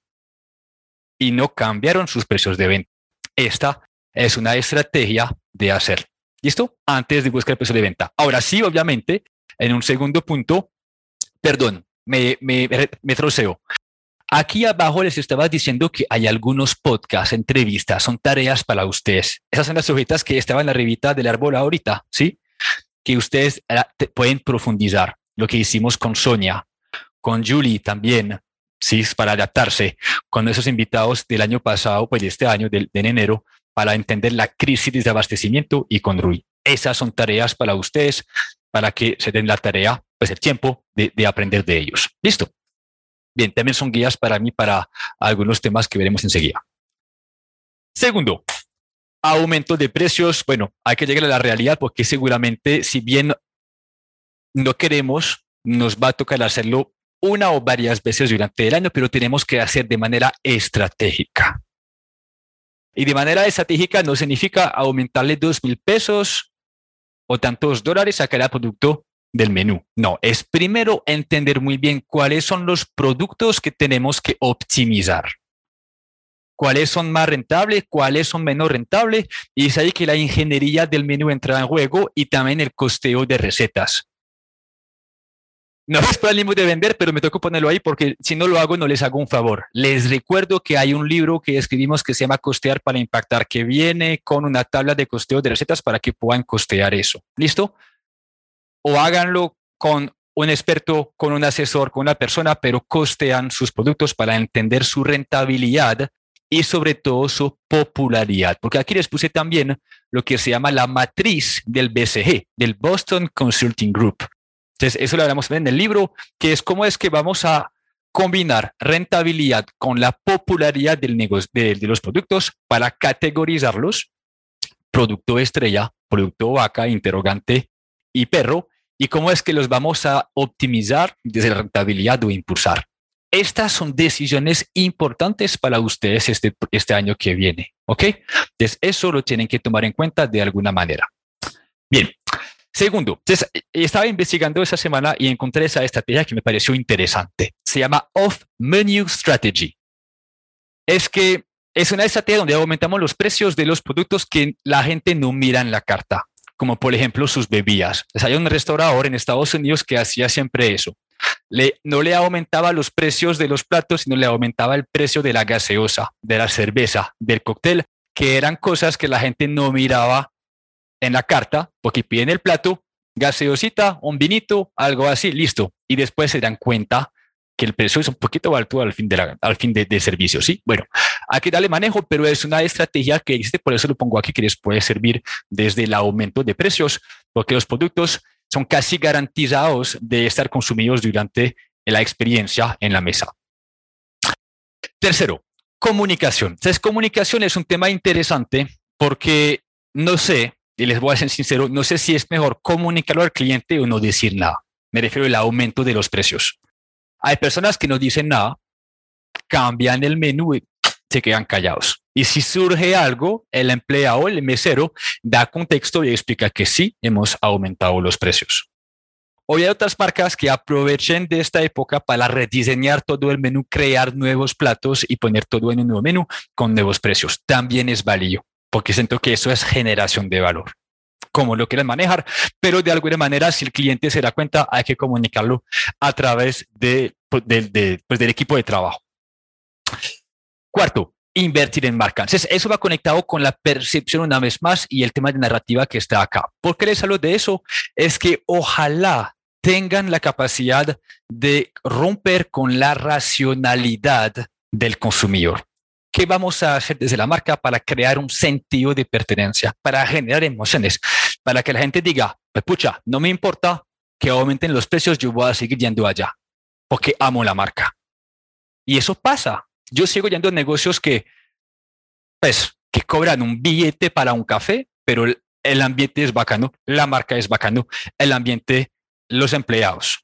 y no cambiaron sus precios de venta. Esta es una estrategia de hacer. ¿Listo? Antes de buscar el precio de venta. Ahora sí, obviamente, en un segundo punto, perdón, me, me, me troceo. Aquí abajo les estaba diciendo que hay algunos podcasts, entrevistas, son tareas para ustedes. Esas son las hojitas que estaban en la revista del árbol ahorita, ¿sí? Que ustedes pueden profundizar. Lo que hicimos con Sonia, con Julie también, sí, para adaptarse con esos invitados del año pasado, pues de este año, de, de enero, para entender la crisis de abastecimiento y con Rui. Esas son tareas para ustedes, para que se den la tarea, pues el tiempo de, de aprender de ellos. ¿Listo? Bien, también son guías para mí para algunos temas que veremos enseguida. Segundo, aumento de precios. Bueno, hay que llegar a la realidad porque seguramente, si bien no queremos, nos va a tocar hacerlo una o varias veces durante el año, pero tenemos que hacer de manera estratégica. Y de manera estratégica no significa aumentarle dos mil pesos o tantos dólares a cada producto del menú. No, es primero entender muy bien cuáles son los productos que tenemos que optimizar. Cuáles son más rentables, cuáles son menos rentables. Y es ahí que la ingeniería del menú entra en juego y también el costeo de recetas. No es para el ánimo de vender, pero me toca ponerlo ahí porque si no lo hago, no les hago un favor. Les recuerdo que hay un libro que escribimos que se llama Costear para Impactar, que viene con una tabla de costeo de recetas para que puedan costear eso. ¿Listo? O háganlo con un experto, con un asesor, con una persona, pero costean sus productos para entender su rentabilidad y sobre todo su popularidad. Porque aquí les puse también lo que se llama la matriz del B C G, del Boston Consulting Group. Entonces, eso lo hablamos en el libro, que es cómo es que vamos a combinar rentabilidad con la popularidad del negocio, de, de los productos para categorizarlos. Producto estrella, producto vaca, interrogante y perro, y cómo es que los vamos a optimizar desde la rentabilidad o impulsar. Estas son decisiones importantes para ustedes este, este año que viene, ¿ok? Entonces, eso lo tienen que tomar en cuenta de alguna manera. Bien. Segundo, entonces, estaba investigando esa semana y encontré esa estrategia que me pareció interesante. Se llama Off-Menu Strategy. Es que es una estrategia donde aumentamos los precios de los productos que la gente no mira en la carta, como por ejemplo sus bebidas. Pues hay un restaurador en Estados Unidos que hacía siempre eso. Le, no le aumentaba los precios de los platos, sino le aumentaba el precio de la gaseosa, de la cerveza, del cóctel, que eran cosas que la gente no miraba en la carta, porque piden el plato, gaseosita, un vinito, algo así, listo. Y después se dan cuenta que el precio es un poquito alto al fin de, la, al fin de, de servicio, ¿sí? Bueno, hay que darle manejo, pero es una estrategia que existe, por eso lo pongo aquí, que les puede servir desde el aumento de precios, porque los productos son casi garantizados de estar consumidos durante la experiencia en la mesa. Tercero, comunicación. Entonces, comunicación es un tema interesante porque no sé, y les voy a ser sincero, no sé si es mejor comunicarlo al cliente o no decir nada. Me refiero al aumento de los precios. Hay personas que no dicen nada, cambian el menú y se quedan callados. Y si surge algo, el empleado, el mesero, da contexto y explica que sí, hemos aumentado los precios. Hoy hay otras marcas que aprovechen de esta época para rediseñar todo el menú, crear nuevos platos y poner todo en un nuevo menú con nuevos precios. También es válido, porque siento que eso es generación de valor, como lo quieren manejar, pero de alguna manera, si el cliente se da cuenta, hay que comunicarlo a través de, de, de, pues del equipo de trabajo. Cuarto, invertir en marca. Entonces, eso va conectado con la percepción una vez más y el tema de narrativa que está acá. ¿Por qué les hablo de eso? Es que ojalá tengan la capacidad de romper con la racionalidad del consumidor. ¿Qué vamos a hacer desde la marca para crear un sentido de pertenencia, para generar emociones, para que la gente diga, pues pucha, no me importa que aumenten los precios, yo voy a seguir yendo allá, porque amo la marca? Y eso pasa. Yo sigo yendo a negocios que, pues, que cobran un billete para un café, pero el, el ambiente es bacano, la marca es bacano, el ambiente, los empleados.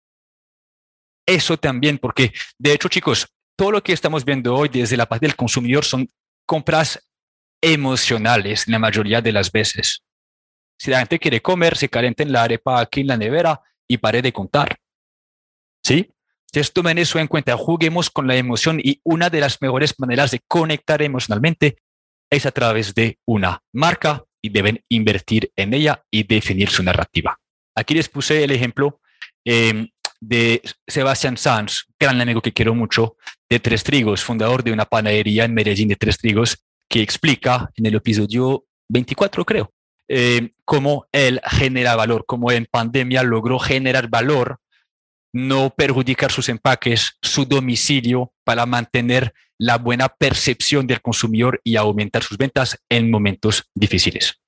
Eso también, porque de hecho, chicos, todo lo que estamos viendo hoy desde la parte del consumidor son compras emocionales la mayoría de las veces. Si la gente quiere comer, se calienten la arepa aquí en la nevera y pare de contar. ¿Sí? Entonces tomen eso en cuenta, juguemos con la emoción y una de las mejores maneras de conectar emocionalmente es a través de una marca y deben invertir en ella y definir su narrativa. Aquí les puse el ejemplo eh, de Sebastián Sanz, gran amigo que quiero mucho, de Tres Trigos, fundador de una panadería en Medellín de Tres Trigos, que explica en el episodio veinticuatro, creo, eh, cómo él genera valor, cómo en pandemia logró generar valor, no perjudicar sus empaques, su domicilio, para mantener la buena percepción del consumidor y aumentar sus ventas en momentos difíciles.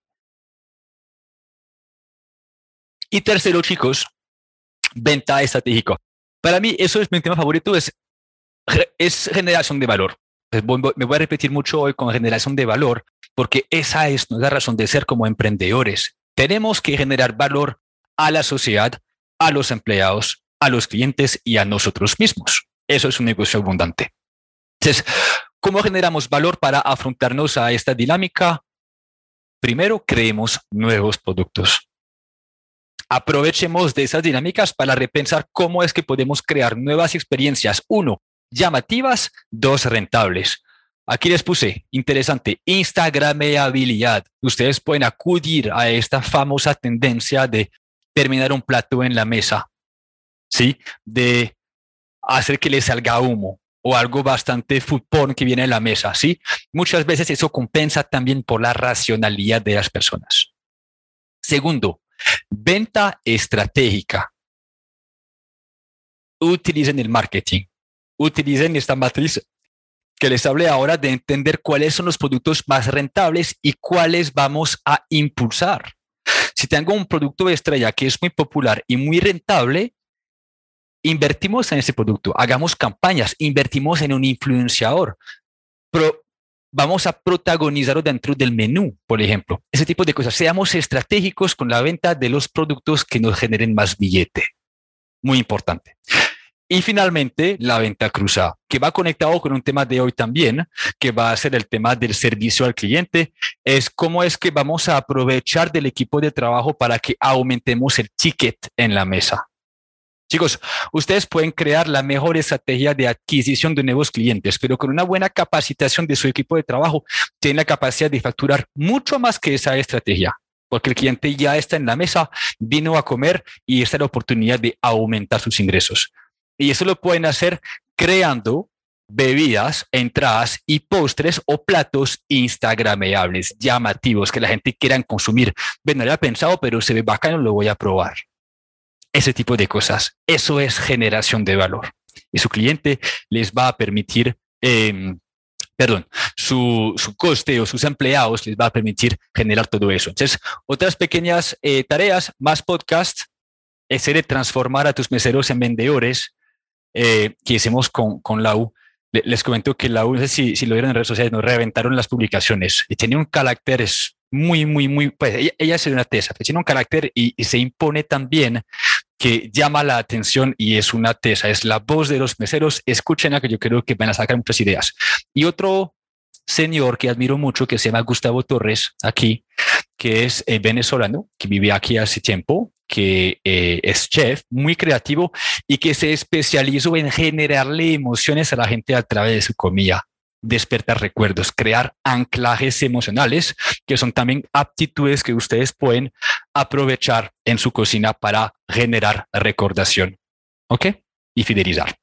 Y tercero, chicos, venta estratégica. Para mí, eso es mi tema favorito, es, es generación de valor. Me voy a repetir mucho hoy con generación de valor, porque esa es nuestra razón de ser como emprendedores. Tenemos que generar valor a la sociedad, a los empleados, a los clientes y a nosotros mismos. Eso es un negocio abundante. Entonces, ¿cómo generamos valor para afrontarnos a esta dinámica? Primero, creemos nuevos productos. Aprovechemos de esas dinámicas para repensar cómo es que podemos crear nuevas experiencias. Uno, llamativas. Dos, rentables. Aquí les puse, interesante, instagrameabilidad. Ustedes pueden acudir a esta famosa tendencia de terminar un plato en la mesa, ¿sí? De hacer que le salga humo o algo bastante food porn que viene en la mesa, ¿sí? Muchas veces eso compensa también por la racionalidad de las personas. Segundo, venta estratégica. Utilicen el marketing. Utilicen esta matriz que les hablé ahora de entender cuáles son los productos más rentables y cuáles vamos a impulsar. Si tengo un producto de estrella que es muy popular y muy rentable, invertimos en ese producto, hagamos campañas, invertimos en un influenciador, pero vamos a protagonizarlo dentro del menú, por ejemplo. Ese tipo de cosas. Seamos estratégicos con la venta de los productos que nos generen más billete. Muy importante. Y finalmente, la venta cruzada, que va conectado con un tema de hoy también, que va a ser el tema del servicio al cliente, es cómo es que vamos a aprovechar del equipo de trabajo para que aumentemos el ticket en la mesa. Chicos, ustedes pueden crear la mejor estrategia de adquisición de nuevos clientes, pero con una buena capacitación de su equipo de trabajo, tienen la capacidad de facturar mucho más que esa estrategia, porque el cliente ya está en la mesa, vino a comer y esta es la oportunidad de aumentar sus ingresos. Y eso lo pueden hacer creando bebidas, entradas y postres o platos instagrameables, llamativos, que la gente quiera consumir. Ven, no había pensado, pero se ve bacano, lo voy a probar. Ese tipo de cosas. Eso es generación de valor. Y su cliente les va a permitir, eh, perdón, su, su coste o sus empleados les va a permitir generar todo eso. Entonces, otras pequeñas eh, tareas, más podcast, ese de transformar a tus meseros en vendedores, eh, que hicimos con, con la U. Les comento que la U, no sé si, si lo vieron en redes sociales, nos reventaron las publicaciones y tenía un carácter muy, muy, muy, pues ella, ella es una tesa, pero tiene un carácter y, y se impone también que llama la atención y es una tesa, es la voz de los meseros. Escuchen a que yo creo que van a sacar muchas ideas. Y otro señor que admiro mucho, que se llama Gustavo Torres, aquí, que es eh, venezolano, que vive aquí hace tiempo, que eh, es chef, muy creativo y que se especializó en generarle emociones a la gente a través de su comida, despertar recuerdos, crear anclajes emocionales, que son también aptitudes que ustedes pueden aprovechar en su cocina para generar recordación, ¿ok? Y fidelizar.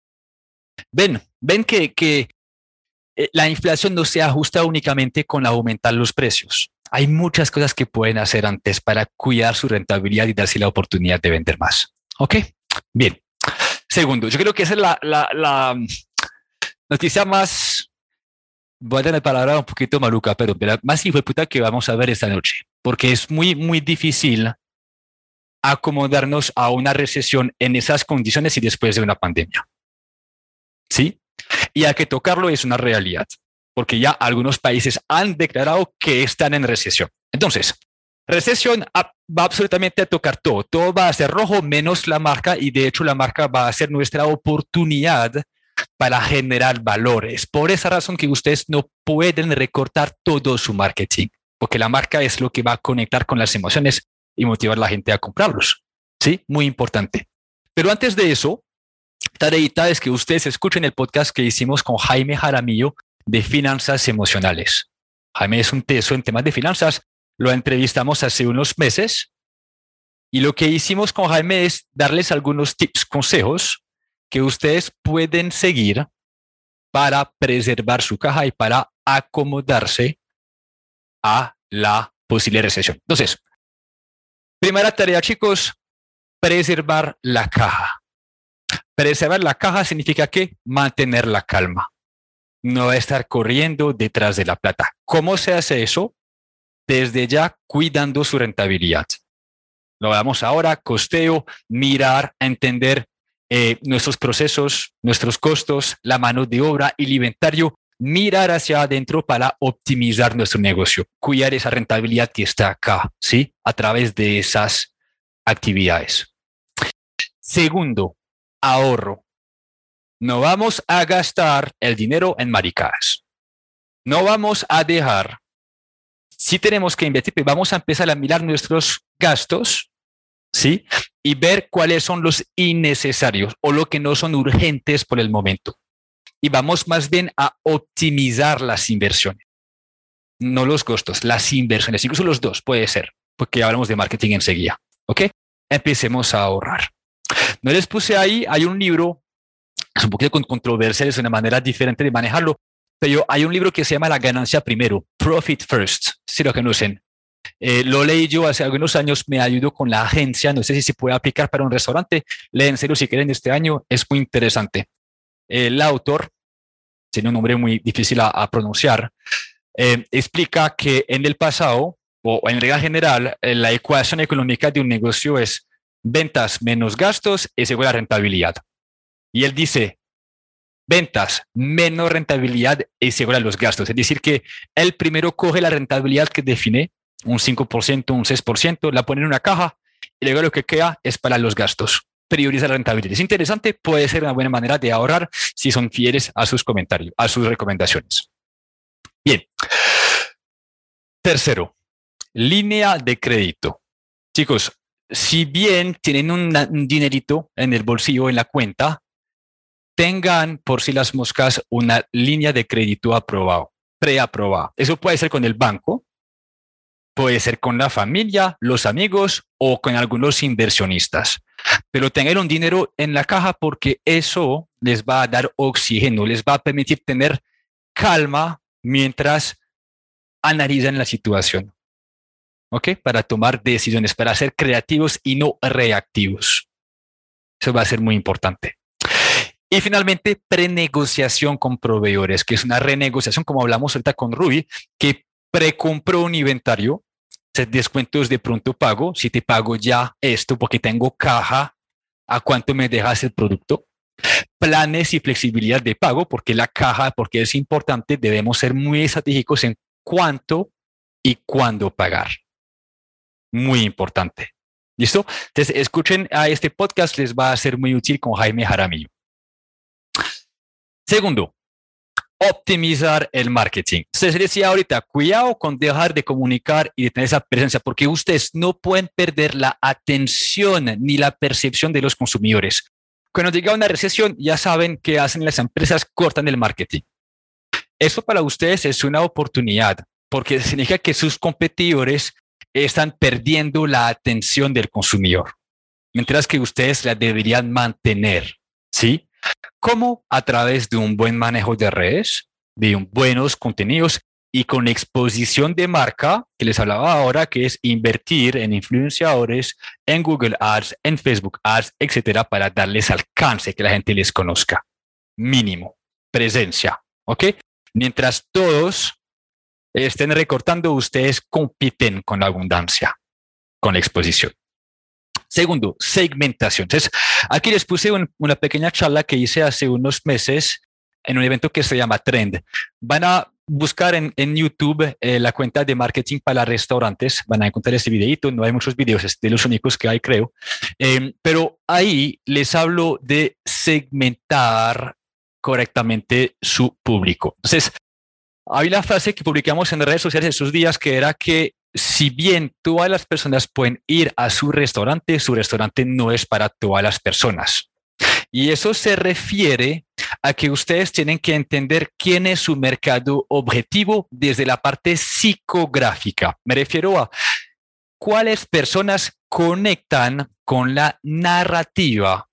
Ven, ven que, que la inflación no se ajusta únicamente con aumentar los precios. Hay muchas cosas que pueden hacer antes para cuidar su rentabilidad y darse la oportunidad de vender más. ¿Ok? Bien. Segundo, yo creo que esa es la, la, la noticia más, voy a tener palabra un poquito maluca, pero más hijo de puta que vamos a ver esta noche, porque es muy, muy difícil acomodarnos a una recesión en esas condiciones y después de una pandemia. ¿Sí? Y hay que tocarlo, es una realidad, porque ya algunos países han declarado que están en recesión. Entonces, recesión va absolutamente a tocar todo. Todo va a ser rojo menos la marca y de hecho la marca va a ser nuestra oportunidad para generar valores. Por esa razón que ustedes no pueden recortar todo su marketing, porque la marca es lo que va a conectar con las emociones y motivar a la gente a comprarlos. ¿Sí? Muy importante. Pero antes de eso, tareita es que ustedes escuchen el podcast que hicimos con Jaime Jaramillo de finanzas emocionales. Jaime es un teso en temas de finanzas. Lo entrevistamos hace unos meses y lo que hicimos con Jaime es darles algunos tips, consejos que ustedes pueden seguir para preservar su caja y para acomodarse a la posible recesión. Entonces, primera tarea, chicos, preservar la caja. Preservar la caja significa que mantener la calma, no estar corriendo detrás de la plata. ¿Cómo se hace eso? Desde ya cuidando su rentabilidad. Lo vamos ahora, costeo, mirar, entender eh, nuestros procesos, nuestros costos, la mano de obra y el inventario, mirar hacia adentro para optimizar nuestro negocio, cuidar esa rentabilidad que está acá, ¿sí? A través de esas actividades. Segundo, ahorro. No vamos a gastar el dinero en maricadas. No vamos a dejar, si tenemos que invertir, pues vamos a empezar a mirar nuestros gastos, ¿sí? Y ver cuáles son los innecesarios o lo que no son urgentes por el momento. Y vamos más bien a optimizar las inversiones. No los costos, las inversiones, incluso los dos puede ser, porque hablamos de marketing enseguida, ¿ok? Empecemos a ahorrar. No les puse ahí, hay un libro, es un poquito controversial, es una manera diferente de manejarlo, pero hay un libro que se llama La ganancia primero, Profit First, si lo conocen. Eh, lo leí yo hace algunos años, me ayudó con la agencia, no sé si se puede aplicar para un restaurante, léenselo si quieren este año, es muy interesante. El autor, tiene un nombre muy difícil a, a pronunciar, eh, explica que en el pasado, o en regla general, eh, la ecuación económica de un negocio es ventas menos gastos es igual a rentabilidad. Y él dice, ventas menos rentabilidad es igual a los gastos. Es decir, que él primero coge la rentabilidad que define, un cinco por ciento, un seis por ciento, la pone en una caja y luego lo que queda es para los gastos. Prioriza la rentabilidad. Es interesante, puede ser una buena manera de ahorrar si son fieles a sus comentarios, a sus recomendaciones. Bien. Tercero, línea de crédito. Chicos, si bien tienen un, un dinerito en el bolsillo, en la cuenta, tengan por si las moscas una línea de crédito aprobado, preaprobada. Eso puede ser con el banco, puede ser con la familia, los amigos o con algunos inversionistas. Pero tengan un dinero en la caja porque eso les va a dar oxígeno, les va a permitir tener calma mientras analizan la situación. ¿Ok? Para tomar decisiones, para ser creativos y no reactivos. Eso va a ser muy importante. Y finalmente, prenegociación con proveedores, que es una renegociación, como hablamos ahorita con Rui, que precompró un inventario, descuentos de pronto pago, si te pago ya esto porque tengo caja, ¿a cuánto me dejas el producto? Planes y flexibilidad de pago, porque la caja, porque es importante, debemos ser muy estratégicos en cuánto y cuándo pagar. Muy importante. ¿Listo? Entonces, escuchen a este podcast, les va a ser muy útil con Jaime Jaramillo. Segundo, optimizar el marketing. Entonces, decía ahorita, cuidado con dejar de comunicar y de tener esa presencia, porque ustedes no pueden perder la atención ni la percepción de los consumidores. Cuando llega una recesión, ya saben qué hacen las empresas, cortan el marketing. Eso para ustedes es una oportunidad, porque significa que sus competidores están perdiendo la atención del consumidor, mientras que ustedes la deberían mantener, ¿sí? ¿Cómo? A través de un buen manejo de redes, de un buenos contenidos y con exposición de marca, que les hablaba ahora, que es invertir en influenciadores, en Google Ads, en Facebook Ads, etcétera, para darles alcance, que la gente les conozca. Mínimo, presencia, ¿ok? Mientras todos estén recortando, ustedes compiten con la abundancia, con la exposición. Segundo, segmentación. Entonces, aquí les puse un, una pequeña charla que hice hace unos meses en un evento que se llama Trend. Van a buscar en, en YouTube eh, la cuenta de marketing para restaurantes. Van a encontrar este videito. No hay muchos videos, es de los únicos que hay, creo. Eh, pero ahí les hablo de segmentar correctamente su público. Entonces, hay una frase que publicamos en redes sociales esos días que era que si bien todas las personas pueden ir a su restaurante, su restaurante no es para todas las personas. Y eso se refiere a que ustedes tienen que entender quién es su mercado objetivo desde la parte psicográfica. Me refiero a cuáles personas conectan con la narrativa,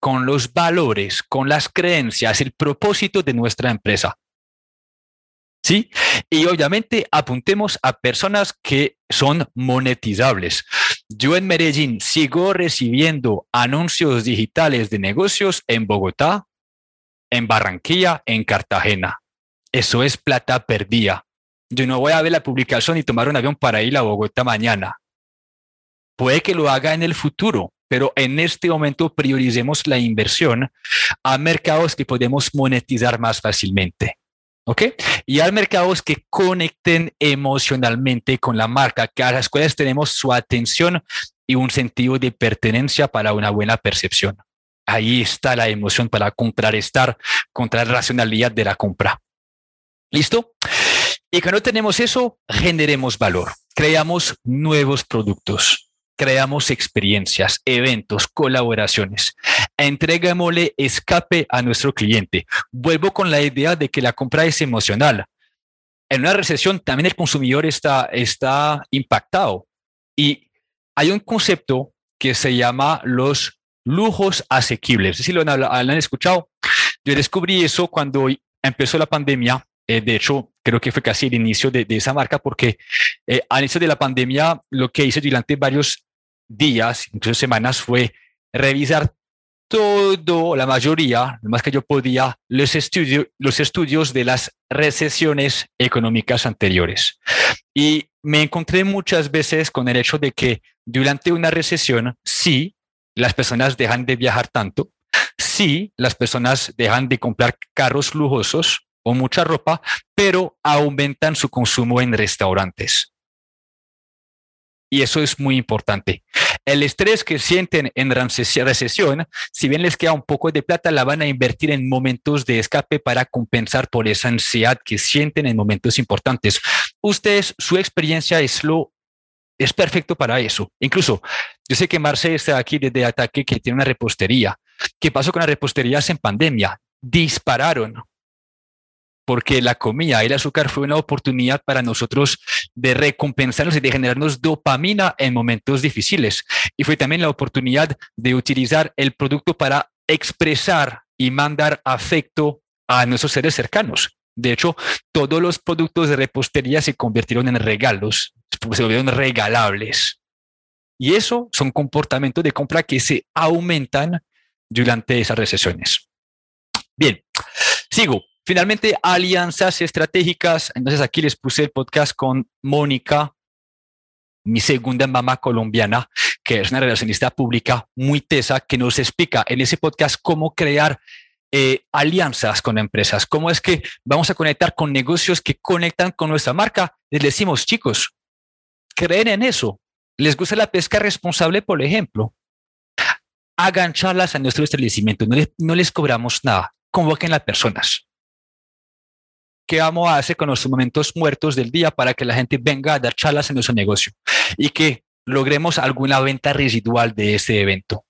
con los valores, con las creencias, el propósito de nuestra empresa. ¿Sí? Y obviamente apuntemos a personas que son monetizables. Yo en Medellín sigo recibiendo anuncios digitales de negocios en Bogotá, en Barranquilla, en Cartagena. Eso es plata perdida. Yo no voy a ver la publicación y tomar un avión para ir a Bogotá mañana. Puede que lo haga en el futuro, pero en este momento prioricemos la inversión a mercados que podemos monetizar más fácilmente. ¿Ok? Y a mercados que conecten emocionalmente con la marca, que a las cuales tenemos su atención y un sentido de pertenencia para una buena percepción. Ahí está la emoción para contrarrestar contra la racionalidad de la compra. ¿Listo? Y cuando tenemos eso, generemos valor, creamos nuevos productos, creamos experiencias, eventos, colaboraciones. Entreguémosle escape a nuestro cliente. Vuelvo con la idea de que la compra es emocional. En una recesión también el consumidor está, está impactado. Y hay un concepto que se llama los lujos asequibles. Si lo han, lo han escuchado, yo descubrí eso cuando empezó la pandemia. Eh, de hecho, creo que fue casi el inicio de, de esa marca, porque eh, al inicio de la pandemia lo que hice durante varios días, incluso semanas, fue revisar todo, la mayoría, lo más que yo podía, los, estudio, los estudios de las recesiones económicas anteriores. Y me encontré muchas veces con el hecho de que durante una recesión, sí, las personas dejan de viajar tanto, sí, las personas dejan de comprar carros lujosos o mucha ropa, pero aumentan su consumo en restaurantes. Y eso es muy importante. El estrés que sienten en recesión, si bien les queda un poco de plata, la van a invertir en momentos de escape para compensar por esa ansiedad que sienten en momentos importantes. Ustedes, su experiencia es lo es perfecto para eso. Incluso, yo sé que Marce está aquí desde Ataque, que tiene una repostería. ¿Qué pasó con las reposterías en pandemia? Dispararon. Porque la comida y el azúcar fue una oportunidad para nosotros de recompensarnos y de generarnos dopamina en momentos difíciles. Y fue también la oportunidad de utilizar el producto para expresar y mandar afecto a nuestros seres cercanos. De hecho, todos los productos de repostería se convirtieron en regalos, se volvieron regalables. Y eso son comportamientos de compra que se aumentan durante esas recesiones. Bien, sigo. Finalmente, alianzas estratégicas. Entonces aquí les puse el podcast con Mónica, mi segunda mamá colombiana, que es una relacionista pública muy tesa, que nos explica en ese podcast cómo crear eh, alianzas con empresas, cómo es que vamos a conectar con negocios que conectan con nuestra marca. Les decimos, chicos, creen en eso. ¿Les gusta la pesca responsable, por ejemplo? Hagan charlas a nuestro establecimiento, no les, no les cobramos nada, convoquen a las personas. ¿Qué vamos a hacer con los momentos muertos del día para que la gente venga a dar charlas en nuestro negocio y que logremos alguna venta residual de ese evento?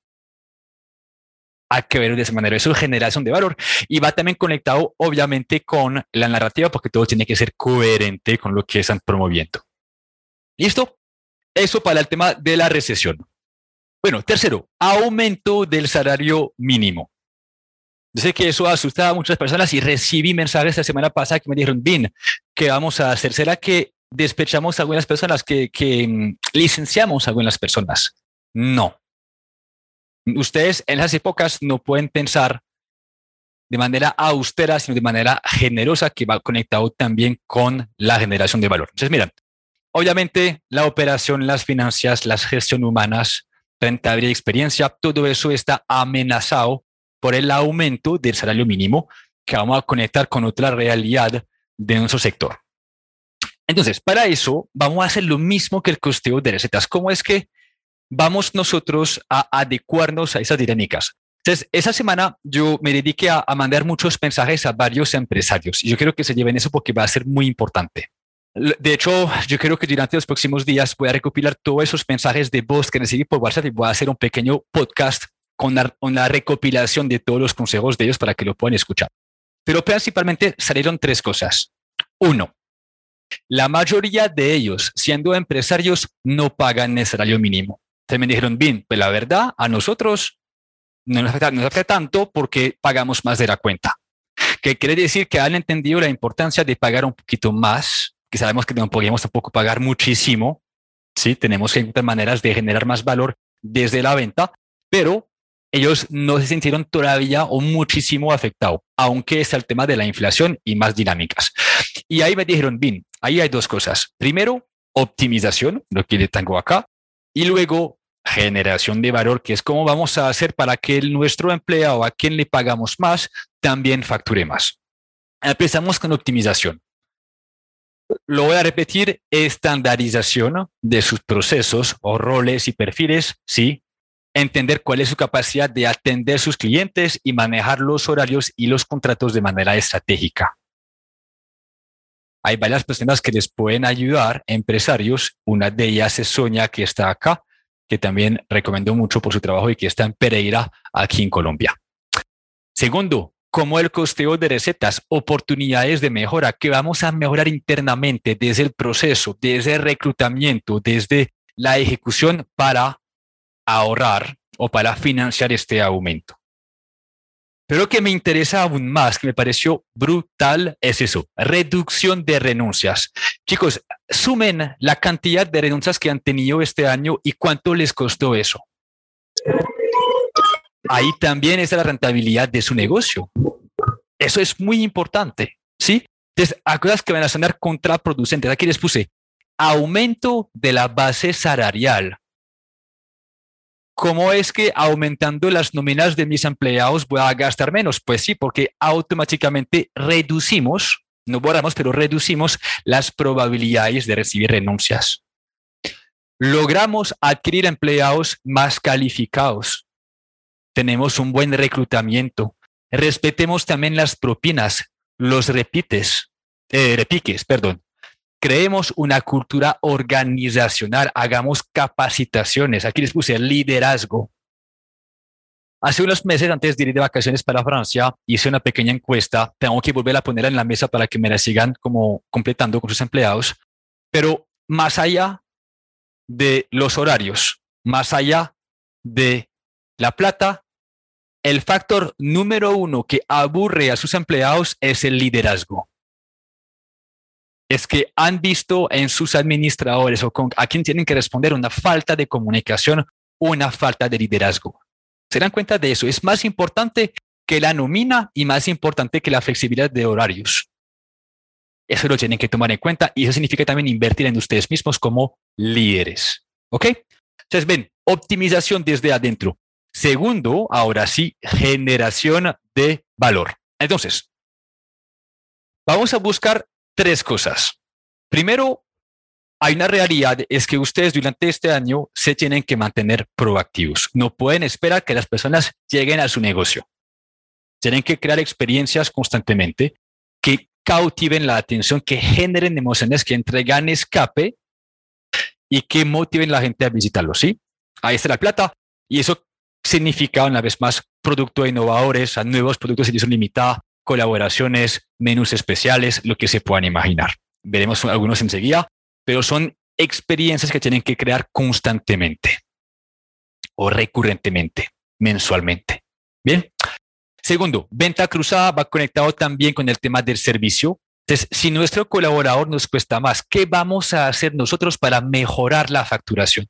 Hay que verlo de esa manera. Eso es generación de valor y va también conectado, obviamente, con la narrativa, porque todo tiene que ser coherente con lo que están promoviendo. ¿Listo? Eso para el tema de la recesión. Bueno, tercero, aumento del salario mínimo. Yo sé que eso asustaba a muchas personas y recibí mensajes la semana pasada que me dijeron, Bin, ¿qué vamos a hacer? ¿Será que despechamos a algunas personas, que, que um, licenciamos a algunas personas? No. Ustedes en esas épocas no pueden pensar de manera austera, sino de manera generosa, que va conectado también con la generación de valor. Entonces, miren, obviamente la operación, las finanzas, las gestiones humanas, rentabilidad y experiencia, todo eso está amenazado por el aumento del salario mínimo, que vamos a conectar con otra realidad de nuestro sector. Entonces, para eso vamos a hacer lo mismo que el costeo de recetas. ¿Cómo es que vamos nosotros a adecuarnos a esas dinámicas? Entonces, esa semana yo me dediqué a, a mandar muchos mensajes a varios empresarios y yo quiero que se lleven eso porque va a ser muy importante. De hecho, yo creo que durante los próximos días voy a recopilar todos esos mensajes de voz que recibí por WhatsApp y voy a hacer un pequeño podcast con la, con la recopilación de todos los consejos de ellos para que lo puedan escuchar. Pero principalmente salieron tres cosas. Uno, la mayoría de ellos, siendo empresarios, no pagan el salario mínimo. Entonces me dijeron, bien, pues la verdad, a nosotros no nos afecta, no nos afecta tanto porque pagamos más de la cuenta. Que quiere decir que han entendido la importancia de pagar un poquito más, que sabemos que no podemos tampoco pagar muchísimo, ¿sí? Tenemos que encontrar maneras de generar más valor desde la venta, pero ellos no se sintieron todavía o muchísimo afectados, aunque está el tema de la inflación y más dinámicas. Y ahí me dijeron, bien, ahí hay dos cosas. Primero, optimización, lo que le tengo acá, y luego generación de valor, que es cómo vamos a hacer para que el, nuestro empleado a quien le pagamos más también facture más. Empezamos con optimización. Lo voy a repetir, estandarización de sus procesos o roles y perfiles, sí. Entender cuál es su capacidad de atender a sus clientes y manejar los horarios y los contratos de manera estratégica. Hay varias personas que les pueden ayudar, empresarios. Una de ellas es Sonia, que está acá, que también recomiendo mucho por su trabajo y que está en Pereira, aquí en Colombia. Segundo, como el costeo de recetas, oportunidades de mejora que vamos a mejorar internamente desde el proceso, desde el reclutamiento, desde la ejecución para ahorrar o para financiar este aumento. Pero lo que me interesa aún más, que me pareció brutal, es eso, reducción de renuncias. Chicos, sumen la cantidad de renuncias que han tenido este año y cuánto les costó eso. Ahí también está la rentabilidad de su negocio. Eso es muy importante, ¿sí? Entonces, a cosas que van a sonar contraproducentes. Aquí les puse aumento de la base salarial. ¿Cómo es que aumentando las nóminas de mis empleados voy a gastar menos? Pues sí, porque automáticamente reducimos, no borramos, pero reducimos las probabilidades de recibir renuncias. Logramos adquirir empleados más calificados. Tenemos un buen reclutamiento. Respetemos también las propinas, los repites, eh, repiques, perdón. Creemos una cultura organizacional, hagamos capacitaciones. Aquí les puse liderazgo. Hace unos meses, antes de ir de vacaciones para Francia, hice una pequeña encuesta. Tengo que volver a ponerla en la mesa para que me la sigan como completando con sus empleados. Pero más allá de los horarios, más allá de la plata, el factor número uno que aburre a sus empleados es el liderazgo. Es que han visto en sus administradores o con, a quien tienen que responder una falta de comunicación, una falta de liderazgo. Se dan cuenta de eso. Es más importante que la nómina y más importante que la flexibilidad de horarios. Eso lo tienen que tomar en cuenta y eso significa también invertir en ustedes mismos como líderes. ¿Ok? Entonces, ven, optimización desde adentro. Segundo, ahora sí, generación de valor. Entonces, vamos a buscar tres cosas. Primero, hay una realidad, es que ustedes durante este año se tienen que mantener proactivos. No pueden esperar que las personas lleguen a su negocio. Tienen que crear experiencias constantemente que cautiven la atención, que generen emociones, que entregan escape y que motiven a la gente a visitarlo, ¿sí? Ahí está la plata y eso significa una vez más productos innovadores, a nuevos productos de edición limitada, colaboraciones, menús especiales, lo que se puedan imaginar. Veremos algunos enseguida, pero son experiencias que tienen que crear constantemente o recurrentemente, mensualmente. Bien. Segundo, venta cruzada va conectado también con el tema del servicio. Entonces, si nuestro colaborador nos cuesta más, ¿qué vamos a hacer nosotros para mejorar la facturación?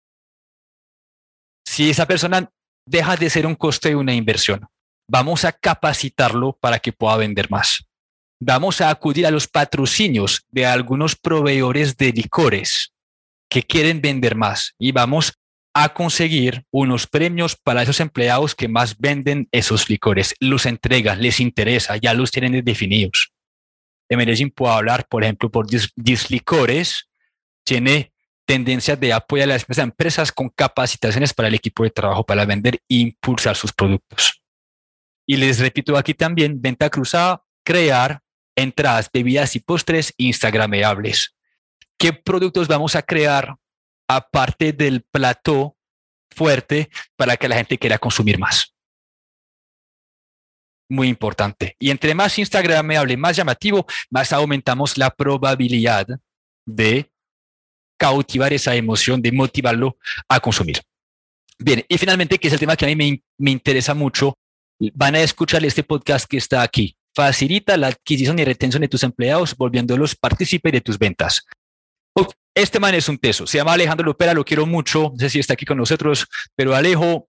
Si esa persona deja de ser un coste de una inversión, vamos a capacitarlo para que pueda vender más. Vamos a acudir a los patrocinios de algunos proveedores de licores que quieren vender más y vamos a conseguir unos premios para esos empleados que más venden esos licores. Los entregan, les interesa, ya los tienen definidos. En Medellín puedo hablar, por ejemplo, por Dislicores, tiene tendencia de apoyar a las empresas con capacitaciones para el equipo de trabajo para vender e impulsar sus productos. Y les repito aquí también, venta cruzada, crear entradas, bebidas y postres instagrameables. ¿Qué productos vamos a crear aparte del plató fuerte para que la gente quiera consumir más? Muy importante. Y entre más instagrameable, más llamativo, más aumentamos la probabilidad de cautivar esa emoción, de motivarlo a consumir. Bien, y finalmente, que es el tema que a mí me, me interesa mucho, van a escuchar este podcast que está aquí. Facilita la adquisición y retención de tus empleados, volviéndolos partícipes de tus ventas. Este man es un teso, se llama Alejandro Lopera, lo quiero mucho, no sé si está aquí con nosotros, pero Alejo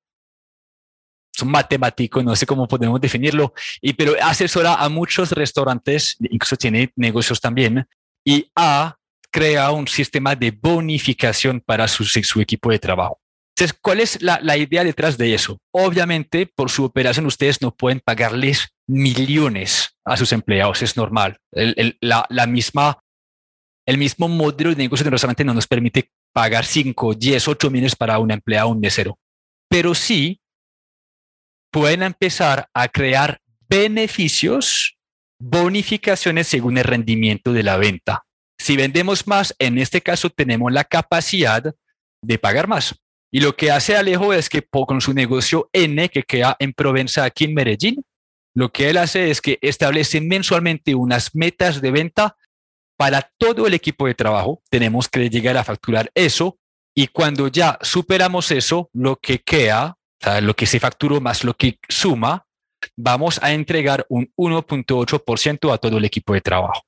es un matemático, no sé cómo podemos definirlo, y, pero asesora a muchos restaurantes, incluso tiene negocios también, y ha creado un sistema de bonificación para su, su equipo de trabajo. Entonces, ¿cuál es la, la idea detrás de eso? Obviamente, por su operación, ustedes no pueden pagarles millones a sus empleados, es normal. El, el, la, la misma, el mismo modelo de negocio de restaurante no nos permite pagar cinco, diez, ocho millones para un empleado, un mesero. Pero sí pueden empezar a crear beneficios, bonificaciones según el rendimiento de la venta. Si vendemos más, en este caso tenemos la capacidad de pagar más. Y lo que hace Alejo es que con su negocio N, que queda en Provenza, aquí en Medellín, lo que él hace es que establece mensualmente unas metas de venta para todo el equipo de trabajo. Tenemos que llegar a facturar eso, y cuando ya superamos eso, lo que queda, o sea, lo que se facturó más lo que suma, vamos a entregar un uno punto ocho por ciento a todo el equipo de trabajo.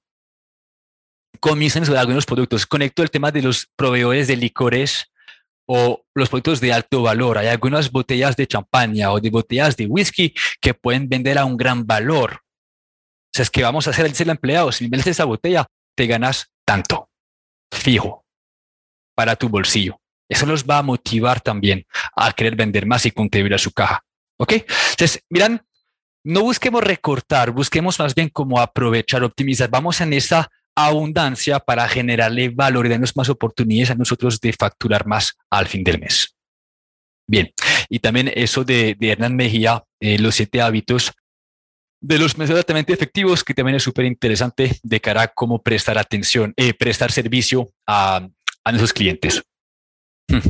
Comienzan sobre algunos productos. Conecto el tema de los proveedores de licores o los productos de alto valor. Hay algunas botellas de champaña o de botellas de whisky que pueden vender a un gran valor. O sea, es que vamos a hacer el empleado. Si vendes esa botella, te ganas tanto, fijo, para tu bolsillo. Eso los va a motivar también a querer vender más y contribuir a su caja. ¿Ok? Entonces, miran, no busquemos recortar, busquemos más bien cómo aprovechar, optimizar. Vamos en esa abundancia para generarle valor y darnos más oportunidades a nosotros de facturar más al fin del mes. Bien, y también eso de, de Hernán Mejía, eh, los siete hábitos de los meses altamente efectivos, que también es súper interesante de cara a cómo prestar atención, eh, prestar servicio a, a nuestros clientes. Hmm.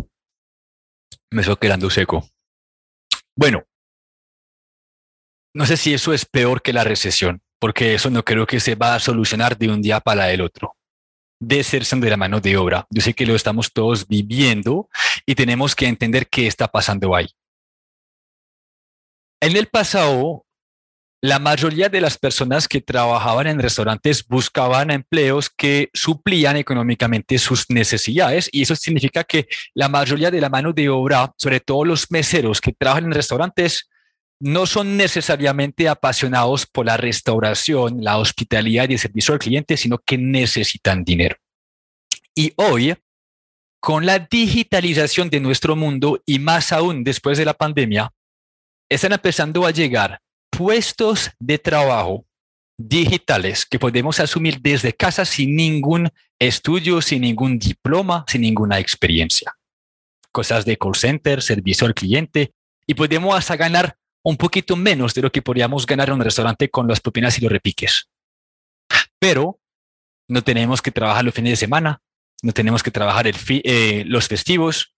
Me estoy quedando seco. Bueno, no sé si eso es peor que la recesión, porque eso no creo que se va a solucionar de un día para el otro. Deserción de la mano de obra. Yo sé que lo estamos todos viviendo y tenemos que entender qué está pasando ahí. En el pasado, la mayoría de las personas que trabajaban en restaurantes buscaban empleos que suplían económicamente sus necesidades, y eso significa que la mayoría de la mano de obra, sobre todo los meseros que trabajan en restaurantes, no son necesariamente apasionados por la restauración, la hospitalidad y el servicio al cliente, sino que necesitan dinero. Y hoy, con la digitalización de nuestro mundo y más aún después de la pandemia, están empezando a llegar puestos de trabajo digitales que podemos asumir desde casa sin ningún estudio, sin ningún diploma, sin ninguna experiencia. Cosas de call center, servicio al cliente, y podemos hasta ganar un poquito menos de lo que podríamos ganar en un restaurante con las propinas y los repiques. Pero no tenemos que trabajar los fines de semana, no tenemos que trabajar el fi- eh, los festivos,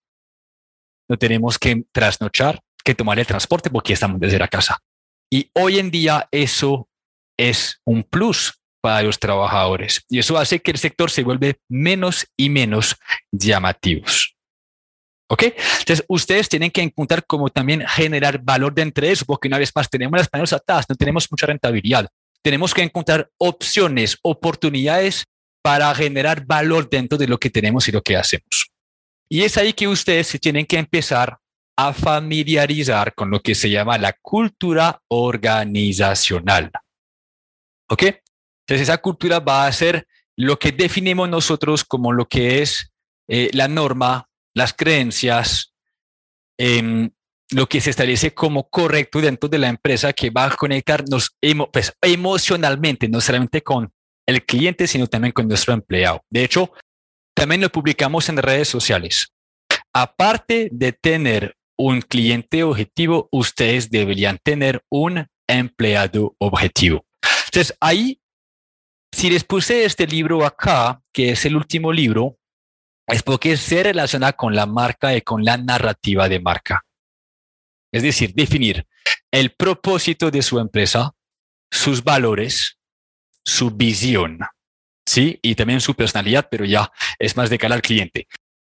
no tenemos que trasnochar, que tomar el transporte porque estamos desde la casa. Y hoy en día eso es un plus para los trabajadores, y eso hace que el sector se vuelve menos y menos llamativos. ¿Ok? Entonces, ustedes tienen que encontrar cómo también generar valor de entre eso, porque una vez más tenemos las manos atadas, no tenemos mucha rentabilidad. Tenemos que encontrar opciones, oportunidades para generar valor dentro de lo que tenemos y lo que hacemos. Y es ahí que ustedes se tienen que empezar a familiarizar con lo que se llama la cultura organizacional. ¿Ok? Entonces, esa cultura va a ser lo que definimos nosotros como lo que es eh, la norma, las creencias, eh, lo que se establece como correcto dentro de la empresa, que va a conectarnos emo, pues, emocionalmente, no solamente con el cliente, sino también con nuestro empleado. De hecho, también lo publicamos en redes sociales. Aparte de tener un cliente objetivo, ustedes deberían tener un empleado objetivo. Entonces, ahí, si les puse este libro acá, que es el último libro, es porque se relaciona con la marca y con la narrativa de marca. Es decir, definir el propósito de su empresa, sus valores, su visión, ¿sí? Y también su personalidad, pero ya es más de cara al cliente.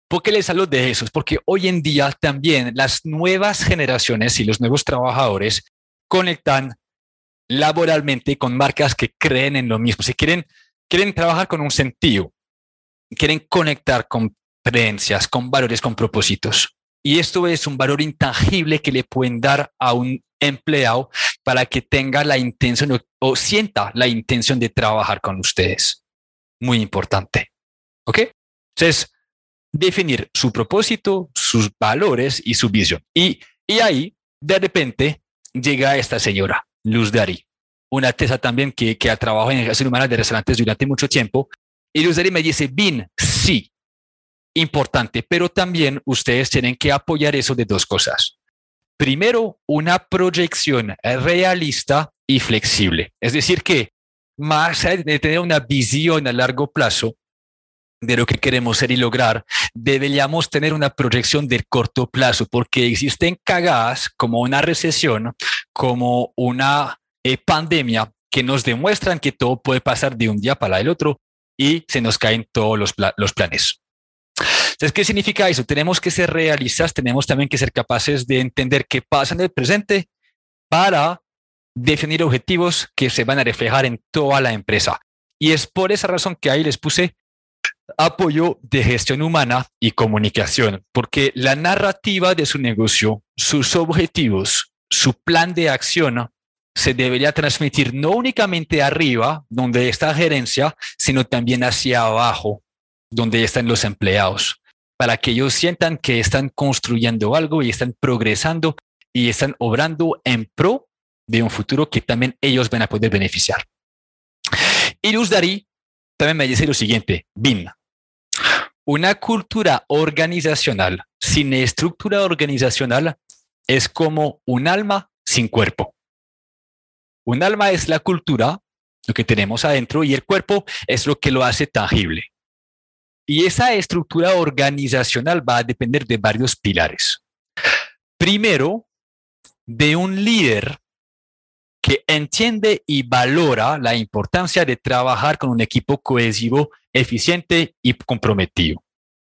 ¿Por qué les hablo de eso? Porque hoy en día también las nuevas generaciones y los nuevos trabajadores conectan laboralmente con marcas que creen en lo mismo. Si quieren, quieren trabajar con un sentido, quieren conectar con creencias, con valores, con propósitos. Y esto es un valor intangible que le pueden dar a un empleado para que tenga la intención o, o sienta la intención de trabajar con ustedes. Muy importante. ¿Ok? Entonces, definir su propósito, sus valores y su visión. Y, y ahí, de repente, llega esta señora, Luz Dari, una artesa también que, que ha trabajado en gestión humana de restaurantes durante mucho tiempo. Y Luz Dari me dice, Bin, sí, importante, pero también ustedes tienen que apoyar eso de dos cosas. Primero, una proyección realista y flexible. Es decir, que más allá de tener una visión a largo plazo de lo que queremos ser y lograr, deberíamos tener una proyección de corto plazo, porque existen cagadas como una recesión, como una eh, pandemia, que nos demuestran que todo puede pasar de un día para el otro y se nos caen todos los, pla- los planes. Entonces, ¿qué significa eso? Tenemos que ser realistas, tenemos también que ser capaces de entender qué pasa en el presente para definir objetivos que se van a reflejar en toda la empresa. Y es por esa razón que ahí les puse apoyo de gestión humana y comunicación, porque la narrativa de su negocio, sus objetivos, su plan de acción se debería transmitir no únicamente arriba, donde está gerencia, sino también hacia abajo, donde están los empleados, para que ellos sientan que están construyendo algo y están progresando y están obrando en pro de un futuro que también ellos van a poder beneficiar. Y Luz Dari también me dice lo siguiente, Bin, una cultura organizacional sin estructura organizacional es como un alma sin cuerpo. Un alma es la cultura, lo que tenemos adentro, y el cuerpo es lo que lo hace tangible. Y esa estructura organizacional va a depender de varios pilares. Primero, de un líder que entiende y valora la importancia de trabajar con un equipo cohesivo, eficiente y comprometido.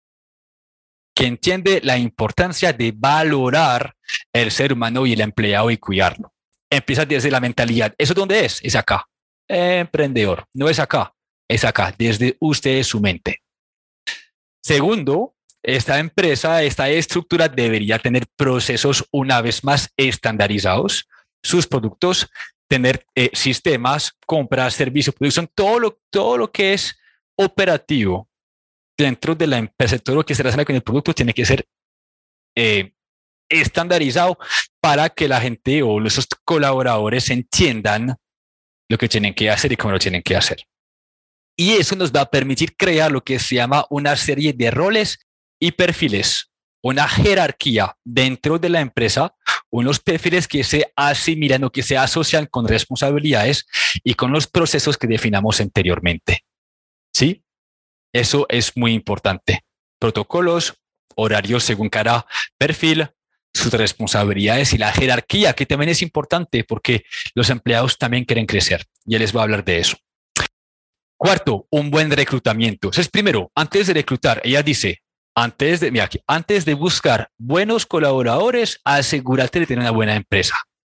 Que entiende la importancia de valorar el ser humano y el empleado y cuidarlo. Empieza desde la mentalidad. ¿Eso dónde es? Es acá. Emprendedor. No es acá. Es acá. Desde usted, su mente. Segundo, esta empresa, esta estructura debería tener procesos una vez más estandarizados. Sus productos, tener eh, sistemas, compras, servicios, producción, todo lo, todo lo que es operativo dentro de la empresa, todo lo que se relaciona con el producto tiene que ser eh, estandarizado para que la gente o los colaboradores entiendan lo que tienen que hacer y cómo lo tienen que hacer. Y eso nos va a permitir crear lo que se llama una serie de roles y perfiles, una jerarquía dentro de la empresa, unos perfiles que se asimilan o que se asocian con responsabilidades y con los procesos que definamos anteriormente. ¿Sí? Eso es muy importante. Protocolos, horarios según cada perfil, sus responsabilidades y la jerarquía, que también es importante porque los empleados también quieren crecer. Ya les voy a hablar de eso. Cuarto, un buen reclutamiento. Entonces, primero, antes de reclutar, ella dice, antes de, mira aquí, antes de buscar buenos colaboradores, asegúrate de tener una buena empresa.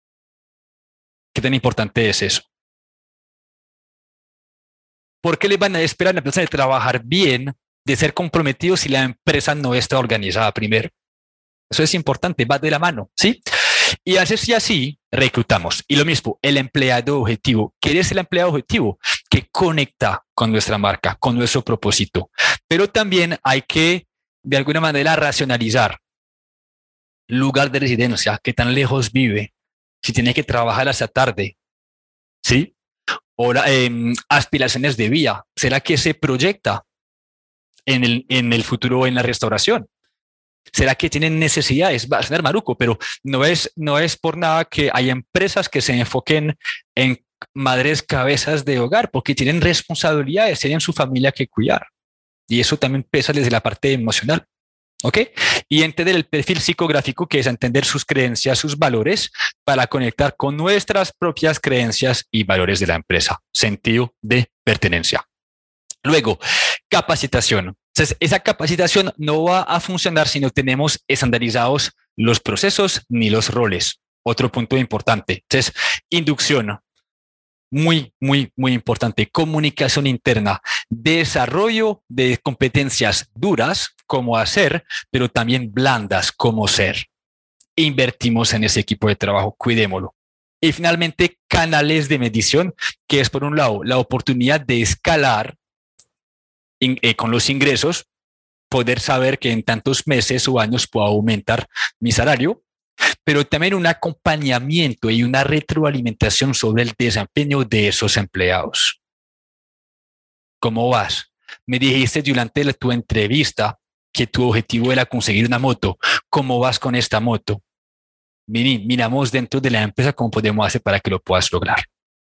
¿Qué tan importante es eso? ¿Por qué le van a esperar a una persona de trabajar bien, de ser comprometidos si la empresa no está organizada primero? Eso es importante, va de la mano, ¿sí? Y así así reclutamos. Y lo mismo, el empleado objetivo. ¿Quién es el empleado objetivo? Que conecta con nuestra marca, con nuestro propósito. Pero también hay que, de alguna manera, racionalizar. Lugar de residencia, qué tan lejos vive, si tiene que trabajar hasta tarde, ¿sí? O eh, aspiraciones de vida. ¿Será que se proyecta en el, en el futuro en la restauración? ¿Será que tienen necesidades? Va a sonar maluco, pero no es, no es por nada que hay empresas que se enfoquen en madres cabezas de hogar, porque tienen responsabilidades, tienen su familia que cuidar. Y eso también pesa desde la parte emocional. ¿Ok? Y entender el perfil psicográfico, que es entender sus creencias, sus valores, para conectar con nuestras propias creencias y valores de la empresa. Sentido de pertenencia. Luego, capacitación. Entonces, esa capacitación no va a funcionar si no tenemos estandarizados los procesos ni los roles. Otro punto importante. Entonces, inducción. Muy, muy, muy importante. Comunicación interna. Desarrollo de competencias duras, como hacer, pero también blandas, como ser. Invertimos en ese equipo de trabajo, cuidémoslo. Y finalmente, canales de medición, que es por un lado la oportunidad de escalar in, eh, con los ingresos, poder saber que en tantos meses o años puedo aumentar mi salario, pero también un acompañamiento y una retroalimentación sobre el desempeño de esos empleados. ¿Cómo vas? Me dijiste durante la, tu entrevista que tu objetivo era conseguir una moto. ¿Cómo vas con esta moto? Miri, miramos dentro de la empresa cómo podemos hacer para que lo puedas lograr.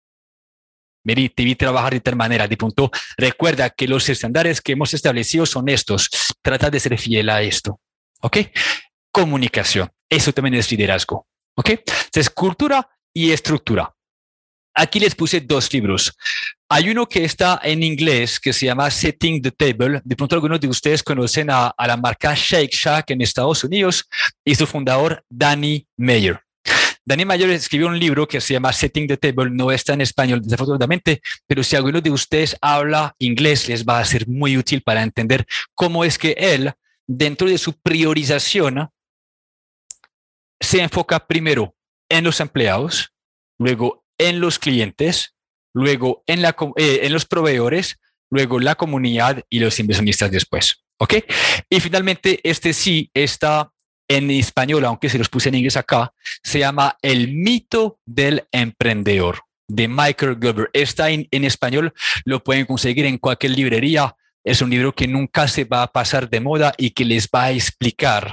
Miri, te vi trabajar de tal manera. De punto, recuerda que los estándares que hemos establecido son estos. Trata de ser fiel a esto. ¿Ok? Comunicación. Eso también es liderazgo. ¿Ok? Entonces, cultura y estructura. Aquí les puse dos libros. Hay uno que está en inglés que se llama Setting the Table. De pronto algunos de ustedes conocen a, a la marca Shake Shack en Estados Unidos y su fundador, Danny Meyer. Danny Meyer escribió un libro que se llama Setting the Table. No está en español, desafortunadamente, pero si alguno de ustedes habla inglés, les va a ser muy útil para entender cómo es que él, dentro de su priorización, se enfoca primero en los empleados, luego en los clientes, luego en, la, eh, en los proveedores, luego la comunidad y los inversionistas después. ¿Ok? Y finalmente, este sí está en español, aunque se los puse en inglés acá, se llama El mito del emprendedor, de Michael Gerber. Está en, en español, lo pueden conseguir en cualquier librería. Es un libro que nunca se va a pasar de moda y que les va a explicar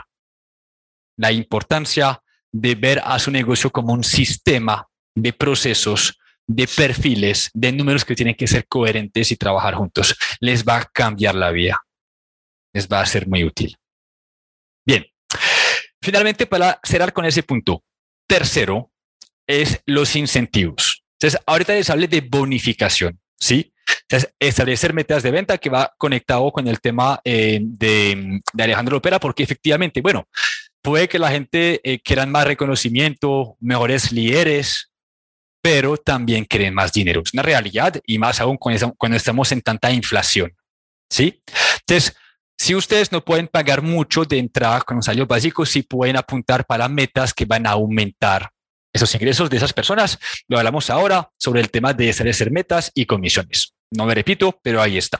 la importancia de ver a su negocio como un sistema de procesos, de perfiles, de números que tienen que ser coherentes y trabajar juntos. Les va a cambiar la vida. Les va a ser muy útil. Bien. Finalmente, para cerrar con ese punto, tercero es los incentivos. Entonces, ahorita les hablé de bonificación, ¿sí? Entonces, establecer metas de venta que va conectado con el tema eh, de, de Alejandro Lopera, porque efectivamente, bueno, puede que la gente eh, quiera más reconocimiento, mejores líderes, pero también quieren más dinero. Es una realidad y más aún cuando, cuando estamos en tanta inflación, ¿sí? Entonces, si ustedes no pueden pagar mucho de entrada con los salarios básicos, sí pueden apuntar para metas que van a aumentar esos ingresos de esas personas. Lo hablamos ahora sobre el tema de establecer metas y comisiones. No me repito, pero ahí está.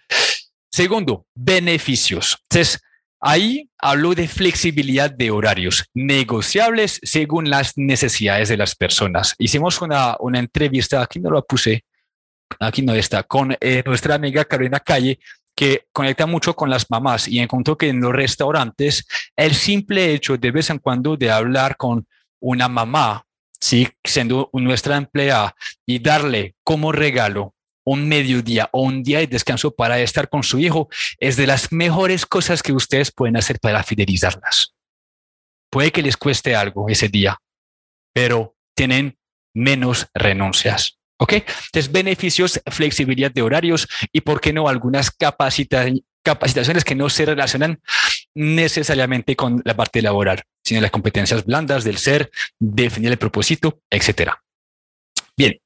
Segundo, beneficios. Entonces, ahí hablo de flexibilidad de horarios negociables según las necesidades de las personas. Hicimos una, una entrevista, aquí no la puse, aquí no está, con eh, nuestra amiga Carolina Calle, que conecta mucho con las mamás y encontró que en los restaurantes el simple hecho de vez en cuando de hablar con una mamá, ¿sí? Siendo nuestra empleada y darle como regalo un mediodía o un día de descanso para estar con su hijo es de las mejores cosas que ustedes pueden hacer para fidelizarlas. Puede que les cueste algo ese día, pero tienen menos renuncias. ¿Ok? Entonces, beneficios, flexibilidad de horarios y, ¿por qué no?, algunas capacita capacitaciones que no se relacionan necesariamente con la parte laboral, sino las competencias blandas del ser, definir el propósito, etcétera. Bien.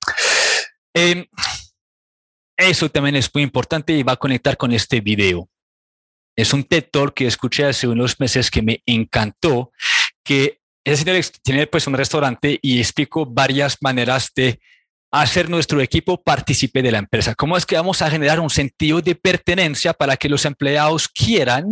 Eh, eso también es muy importante y va a conectar con este video. Es un TED Talk que escuché hace unos meses que me encantó, que ese señor tiene pues un restaurante y explicó varias maneras de hacer nuestro equipo partícipe de la empresa. ¿Cómo es que vamos a generar un sentido de pertenencia para que los empleados quieran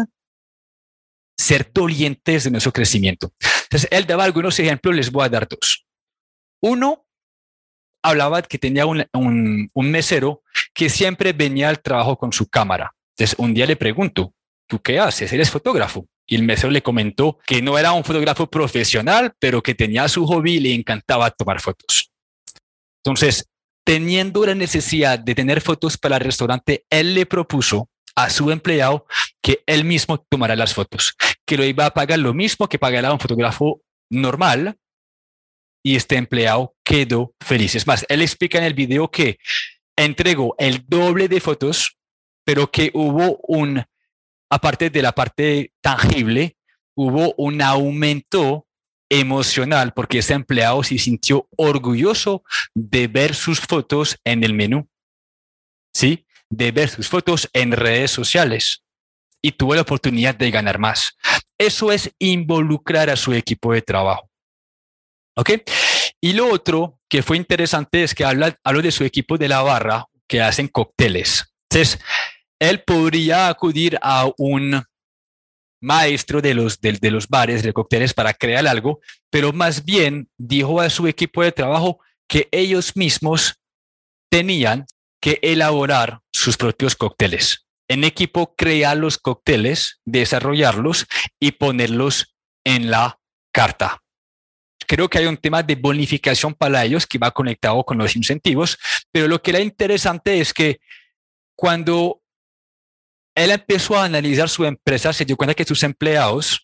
ser dolientes de nuestro crecimiento? Entonces, él daba algunos ejemplos, les voy a dar dos. Uno, hablaba que tenía un, un, un mesero que siempre venía al trabajo con su cámara. Entonces, un día le pregunto, ¿tú qué haces? ¿Eres fotógrafo? Y el mesero le comentó que no era un fotógrafo profesional, pero que tenía su hobby y le encantaba tomar fotos. Entonces, teniendo la necesidad de tener fotos para el restaurante, él le propuso a su empleado que él mismo tomara las fotos, que lo iba a pagar lo mismo que pagará un fotógrafo normal, y este empleado quedó feliz. Es más, él explica en el video que entregó el doble de fotos, pero que hubo un aparte de la parte tangible, hubo un aumento emocional porque ese empleado se sintió orgulloso de ver sus fotos en el menú, ¿sí? De ver sus fotos en redes sociales y tuvo la oportunidad de ganar más. Eso es involucrar a su equipo de trabajo. ¿Ok? Y lo otro que fue interesante es que habla, hablo de su equipo de la barra que hacen cócteles. Entonces, él podría acudir a un maestro de los, de, de los bares de cócteles para crear algo, pero más bien dijo a su equipo de trabajo que ellos mismos tenían que elaborar sus propios cócteles. En equipo, crear los cócteles, desarrollarlos y ponerlos en la carta. Creo que hay un tema de bonificación para ellos que va conectado con los incentivos, pero lo que era interesante es que cuando él empezó a analizar su empresa, se dio cuenta que sus empleados,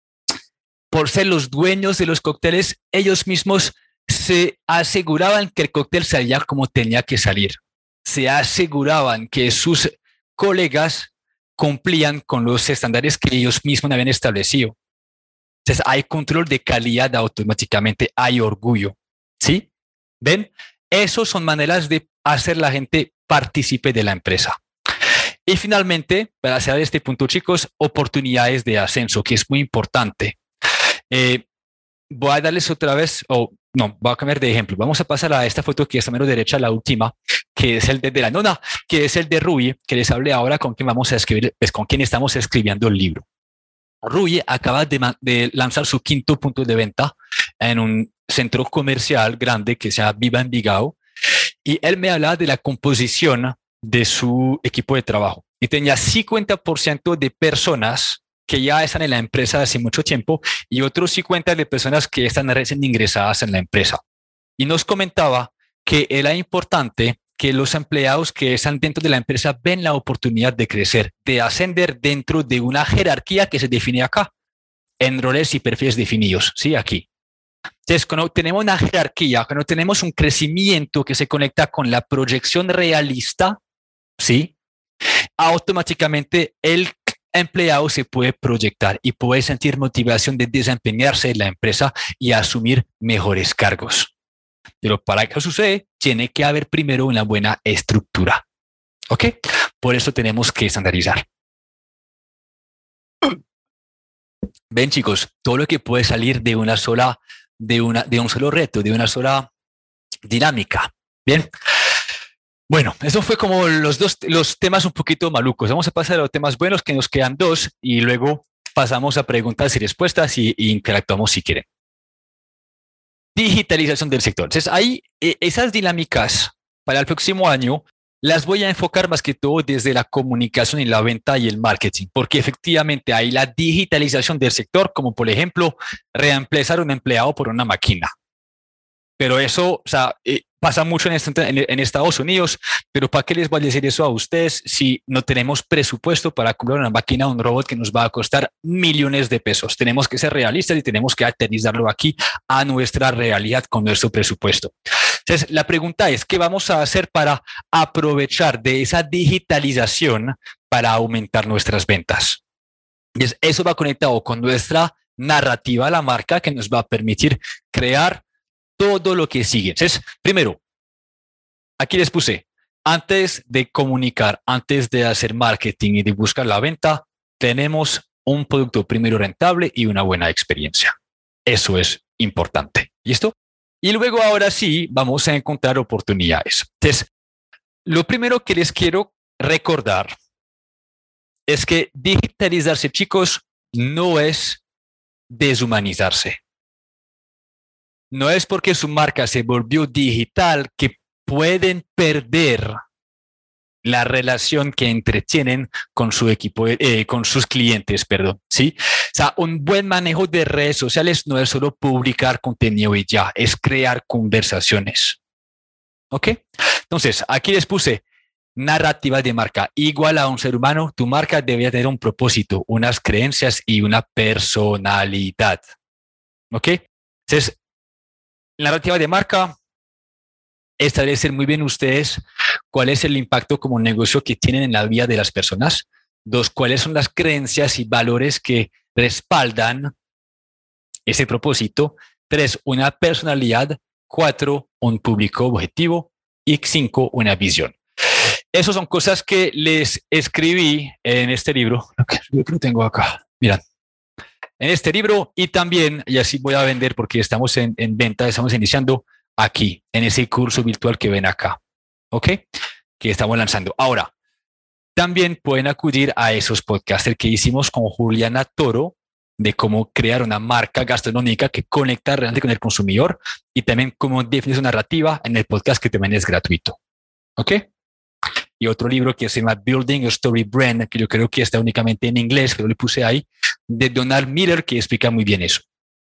por ser los dueños de los cócteles, ellos mismos se aseguraban que el cóctel salía como tenía que salir. Se aseguraban que sus colegas cumplían con los estándares que ellos mismos habían establecido. Entonces hay control de calidad automáticamente, hay orgullo, ¿sí? ¿Ven? Esas son maneras de hacer la gente partícipe de la empresa. Y finalmente, para cerrar este punto, chicos, oportunidades de ascenso, que es muy importante. Eh, voy a darles otra vez, o oh, no, voy a cambiar de ejemplo. Vamos a pasar a esta foto que está a mano derecha, la última, que es el de, de la nona, que es el de Rui, que les hablé ahora con quien vamos a escribir, pues con quien estamos escribiendo el libro. Rui acaba de, de lanzar su quinto punto de venta en un centro comercial grande que se llama Viva Envigado, y él me hablaba de la composición de su equipo de trabajo. Y tenía cincuenta por ciento de personas que ya están en la empresa hace mucho tiempo y otros cincuenta por ciento de personas que están recién ingresadas en la empresa. Y nos comentaba que era importante que los empleados que están dentro de la empresa ven la oportunidad de crecer, de ascender dentro de una jerarquía que se define acá, en roles y perfiles definidos, ¿sí? Aquí. Entonces, cuando tenemos una jerarquía, cuando tenemos un crecimiento que se conecta con la proyección realista, ¿sí? Automáticamente el empleado se puede proyectar y puede sentir motivación de desempeñarse en la empresa y asumir mejores cargos. Pero para que eso suceda, tiene que haber primero una buena estructura. ¿Ok? Por eso tenemos que estandarizar. Ven, chicos, todo lo que puede salir de una sola, de una, de un solo reto, de una sola dinámica. Bien. Bueno, eso fue como los dos, los temas un poquito malucos. Vamos a pasar a los temas buenos, que nos quedan dos, y luego pasamos a preguntas y respuestas y, y interactuamos si quieren. Digitalización del sector. Entonces, ahí esas dinámicas para el próximo año las voy a enfocar más que todo desde la comunicación y la venta y el marketing, porque efectivamente hay la digitalización del sector, como por ejemplo, reemplazar un empleado por una máquina. Pero eso, o sea, eh, pasa mucho en, este, en, en Estados Unidos, pero ¿para qué les voy a decir eso a ustedes si no tenemos presupuesto para comprar una máquina o un robot que nos va a costar millones de pesos? Tenemos que ser realistas y tenemos que aterrizarlo aquí a nuestra realidad con nuestro presupuesto. Entonces, la pregunta es, ¿qué vamos a hacer para aprovechar de esa digitalización para aumentar nuestras ventas? Y eso va conectado con nuestra narrativa a la marca que nos va a permitir crear todo lo que sigue. Entonces, primero, aquí les puse, antes de comunicar, antes de hacer marketing y de buscar la venta, tenemos un producto primero rentable y una buena experiencia. Eso es importante. ¿Listo? Y luego, ahora sí, vamos a encontrar oportunidades. Entonces, lo primero que les quiero recordar es que digitalizarse, chicos, no es deshumanizarse. No es porque su marca se volvió digital que pueden perder la relación que entretienen con su equipo, eh, con sus clientes, perdón, ¿sí? O sea, un buen manejo de redes sociales no es solo publicar contenido y ya, es crear conversaciones. ¿Ok? Entonces, aquí les puse narrativa de marca. Igual a un ser humano, tu marca debe tener un propósito, unas creencias y una personalidad. ¿Ok? Entonces, narrativa de marca, establecer muy bien ustedes cuál es el impacto como negocio que tienen en la vida de las personas, Dos, cuáles son las creencias y valores que respaldan ese propósito. Tres, una personalidad. Cuatro, un público objetivo. Y cinco, una visión. Esas son cosas que les escribí en este libro. Yo que lo tengo acá. Mirad. En este libro y también, y así voy a vender porque estamos en, en venta, estamos iniciando aquí, en ese curso virtual que ven acá. ¿Ok? Que estamos lanzando. Ahora, también pueden acudir a esos podcasts que hicimos con Juliana Toro de cómo crear una marca gastronómica que conecta realmente con el consumidor y también cómo definir su narrativa en el podcast que también es gratuito. ¿Ok? Y otro libro que se llama Building a Story Brand, que yo creo que está únicamente en inglés, pero le puse ahí, de Donald Miller, que explica muy bien eso.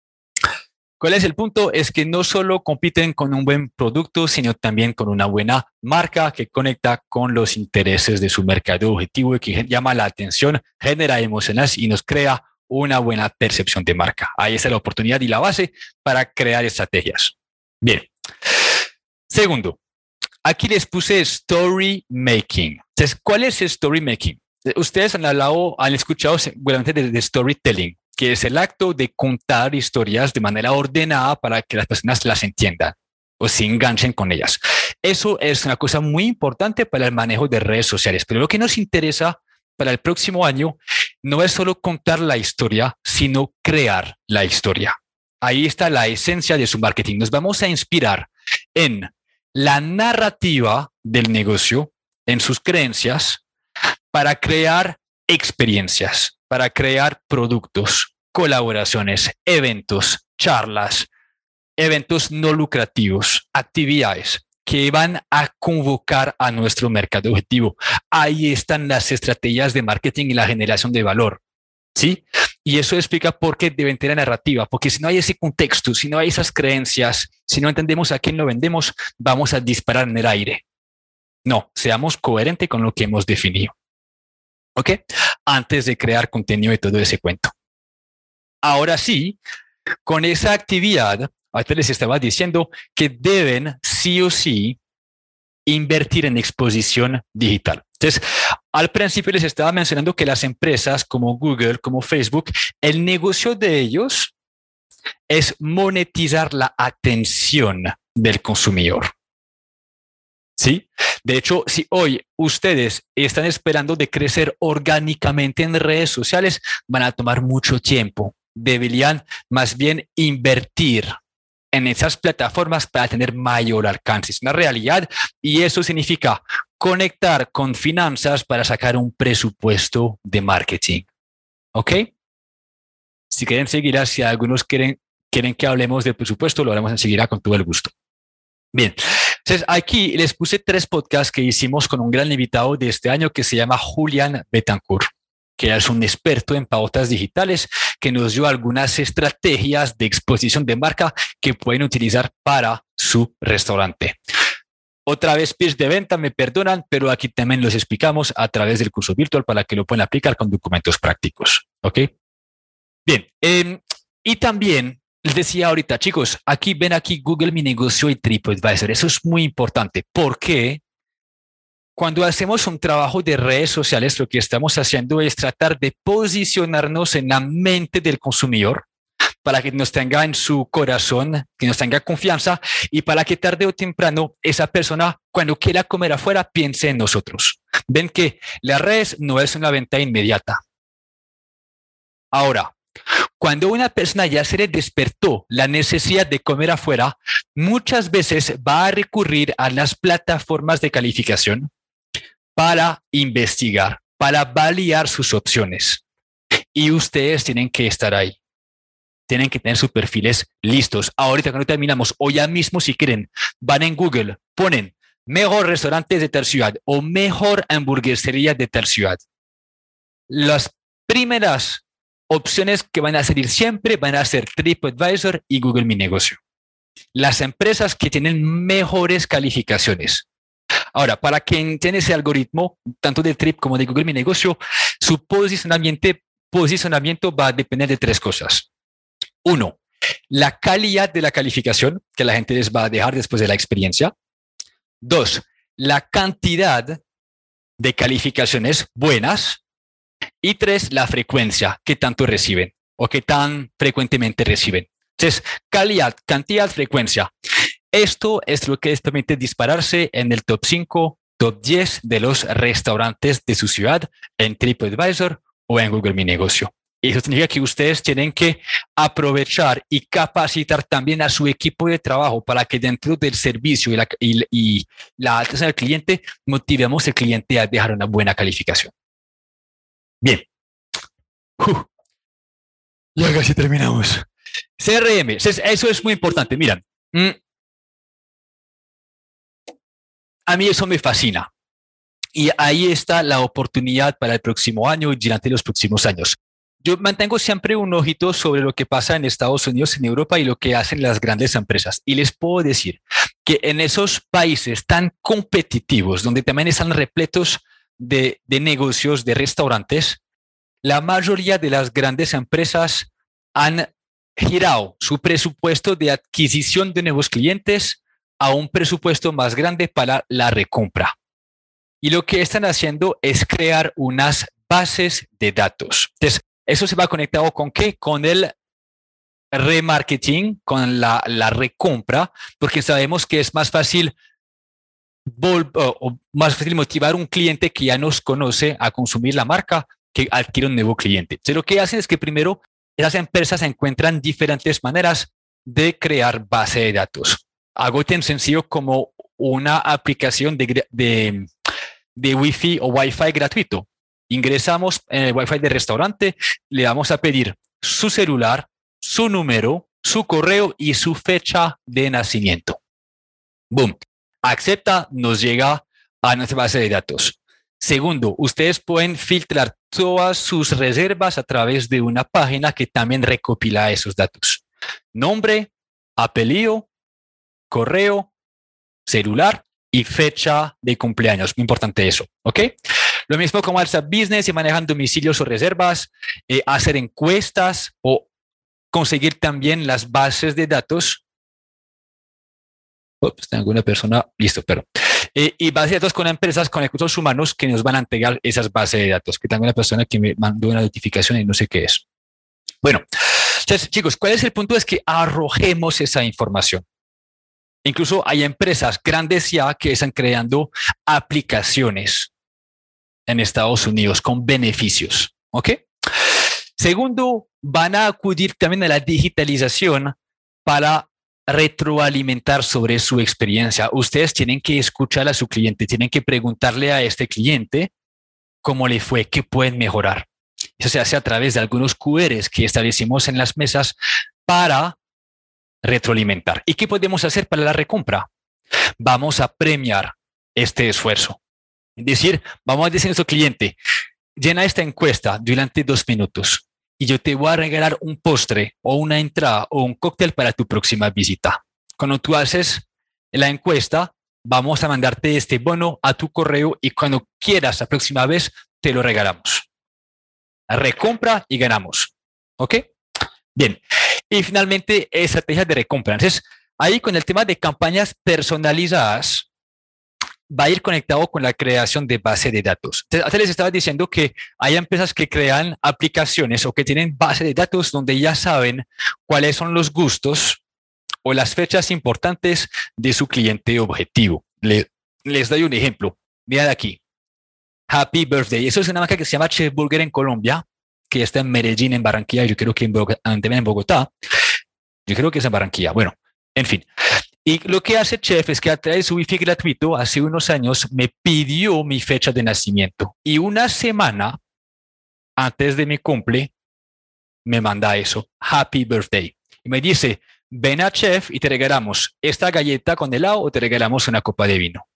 ¿Cuál es el punto? Es que no solo compiten con un buen producto, sino también con una buena marca que conecta con los intereses de su mercado objetivo y que llama la atención, genera emociones y nos crea una buena percepción de marca. Ahí está la oportunidad y la base para crear estrategias. Bien. Segundo, aquí les puse story making. Entonces, ¿cuál es story making? Ustedes han hablado, han escuchado seguramente de, de storytelling, que es el acto de contar historias de manera ordenada para que las personas las entiendan o se enganchen con ellas. Eso es una cosa muy importante para el manejo de redes sociales, pero lo que nos interesa para el próximo año no es solo contar la historia, sino crear la historia. Ahí está la esencia de su marketing. Nos vamos a inspirar en la narrativa del negocio, en sus creencias, para crear experiencias, para crear productos, colaboraciones, eventos, charlas, eventos no lucrativos, actividades que van a convocar a nuestro mercado objetivo. Ahí están las estrategias de marketing y la generación de valor, ¿sí? Y eso explica por qué deben tener narrativa, porque si no hay ese contexto, si no hay esas creencias, si no entendemos a quién lo vendemos, vamos a disparar en el aire. No, seamos coherentes con lo que hemos definido. ¿Ok? Antes de crear contenido y todo ese cuento. Ahora sí, con esa actividad, ahorita les estaba diciendo que deben sí o sí invertir en exposición digital. Entonces, al principio les estaba mencionando que las empresas como Google, como Facebook, el negocio de ellos es monetizar la atención del consumidor. ¿Sí? De hecho, si hoy ustedes están esperando de crecer orgánicamente en redes sociales, van a tomar mucho tiempo. Deberían más bien invertir en esas plataformas para tener mayor alcance. Es una realidad y eso significa conectar con finanzas para sacar un presupuesto de marketing. ¿Ok? Si quieren seguir, si algunos quieren, quieren que hablemos del presupuesto, lo haremos enseguida con todo el gusto. Bien. Entonces, aquí les puse tres podcasts que hicimos con un gran invitado de este año que se llama Julián Betancourt, que es un experto en pautas digitales, que nos dio algunas estrategias de exposición de marca que pueden utilizar para su restaurante. Otra vez pitch de venta, me perdonan, pero aquí también los explicamos a través del curso virtual para que lo puedan aplicar con documentos prácticos. ¿Ok? Bien. Eh, y también les decía ahorita, chicos, aquí ven aquí Google Mi Negocio y TripAdvisor. Eso es muy importante porque cuando hacemos un trabajo de redes sociales, lo que estamos haciendo es tratar de posicionarnos en la mente del consumidor para que nos tenga en su corazón, que nos tenga confianza y para que tarde o temprano esa persona, cuando quiera comer afuera, piense en nosotros. Ven que las redes no es una venta inmediata. Ahora, cuando una persona ya se le despertó la necesidad de comer afuera, muchas veces va a recurrir a las plataformas de calificación para investigar, para validar sus opciones. Y ustedes tienen que estar ahí. Tienen que tener sus perfiles listos. Ahorita cuando terminamos, o ya mismo si quieren, van en Google, ponen mejor restaurante de tal ciudad o mejor hamburguesería de tal ciudad. Las primeras opciones que van a salir siempre van a ser TripAdvisor y Google Mi Negocio. Las empresas que tienen mejores calificaciones. Ahora, para que entienda ese algoritmo, tanto de Trip como de Google Mi Negocio, su posicionamiento, posicionamiento va a depender de tres cosas. Uno, la calidad de la calificación que la gente les va a dejar después de la experiencia. Dos, la cantidad de calificaciones buenas Y tres, la frecuencia, qué tanto reciben o qué tan frecuentemente reciben. Entonces, calidad, cantidad, frecuencia. Esto es lo que les permite dispararse en el top cinco, top diez de los restaurantes de su ciudad en TripAdvisor o en Google Mi Negocio. Eso significa que ustedes tienen que aprovechar y capacitar también a su equipo de trabajo para que dentro del servicio y la, y, y la atención al cliente motivemos al cliente a dejar una buena calificación. Bien. Uh, ya casi terminamos. C R M, eso es muy importante. Miren, mm, a mí eso me fascina. Y ahí está la oportunidad para el próximo año y durante los próximos años. Yo mantengo siempre un ojito sobre lo que pasa en Estados Unidos, en Europa y lo que hacen las grandes empresas. Y les puedo decir que en esos países tan competitivos, donde también están repletos de, de negocios, de restaurantes, la mayoría de las grandes empresas han girado su presupuesto de adquisición de nuevos clientes a un presupuesto más grande para la recompra. Y lo que están haciendo es crear unas bases de datos. Entonces, eso se va conectado con qué? Con el remarketing, con la, la recompra, porque sabemos que es más fácil vol- o, o más fácil motivar a un cliente que ya nos conoce a consumir la marca que adquiere un nuevo cliente. Entonces, lo que hacen es que primero esas empresas encuentran diferentes maneras de crear base de datos. Algo tan sencillo como una aplicación de, de, de Wi-Fi o Wi-Fi gratuito. Ingresamos en el Wi-Fi del restaurante, le vamos a pedir su celular, su número, su correo y su fecha de nacimiento. Boom. Acepta, nos llega a nuestra base de datos. Segundo, ustedes pueden filtrar todas sus reservas a través de una página que también recopila esos datos. Nombre, apellido, correo, celular y fecha de cumpleaños. Muy importante eso, ¿ok? Lo mismo con WhatsApp Business y manejan domicilios o reservas, eh, hacer encuestas o conseguir también las bases de datos. Ups, tengo una persona, listo, pero. Eh, y bases de datos con empresas, con recursos humanos que nos van a entregar esas bases de datos, que tengo una persona que me mandó una notificación y no sé qué es. Bueno, entonces, chicos, ¿cuál es el punto? Es que arrojemos esa información. Incluso hay empresas grandes ya que están creando aplicaciones en Estados Unidos con beneficios, ¿ok? Segundo, van a acudir también a la digitalización para retroalimentar sobre su experiencia. Ustedes tienen que escuchar a su cliente, tienen que preguntarle a este cliente cómo le fue, qué pueden mejorar. Eso se hace a través de algunos Q Rs que establecimos en las mesas para retroalimentar. ¿Y qué podemos hacer para la recompra? Vamos a premiar este esfuerzo. Es decir, vamos a decir a nuestro cliente, llena esta encuesta durante dos minutos y yo te voy a regalar un postre o una entrada o un cóctel para tu próxima visita. Cuando tú haces la encuesta, vamos a mandarte este bono a tu correo y cuando quieras la próxima vez, te lo regalamos. Recompra y ganamos. ¿Ok? Bien. Y finalmente, estrategias de recompra. Entonces, ahí con el tema de campañas personalizadas, va a ir conectado con la creación de base de datos. Antes les estaba diciendo que hay empresas que crean aplicaciones o que tienen base de datos donde ya saben cuáles son los gustos o las fechas importantes de su cliente objetivo. Le, les doy un ejemplo. Mirad aquí. Happy Birthday. Eso es una marca que se llama Chef Burger en Colombia, que está en Medellín, en Barranquilla, yo creo que en Bogotá, también en Bogotá. Yo creo que es en Barranquilla. Bueno, en fin. Y lo que hace Chef es que a través de su Wi-Fi gratuito, hace unos años, me pidió mi fecha de nacimiento. Y una semana antes de mi cumple, me manda eso. Happy Birthday. Y me dice, ven a Chef y te regalamos esta galleta con helado o te regalamos una copa de vino.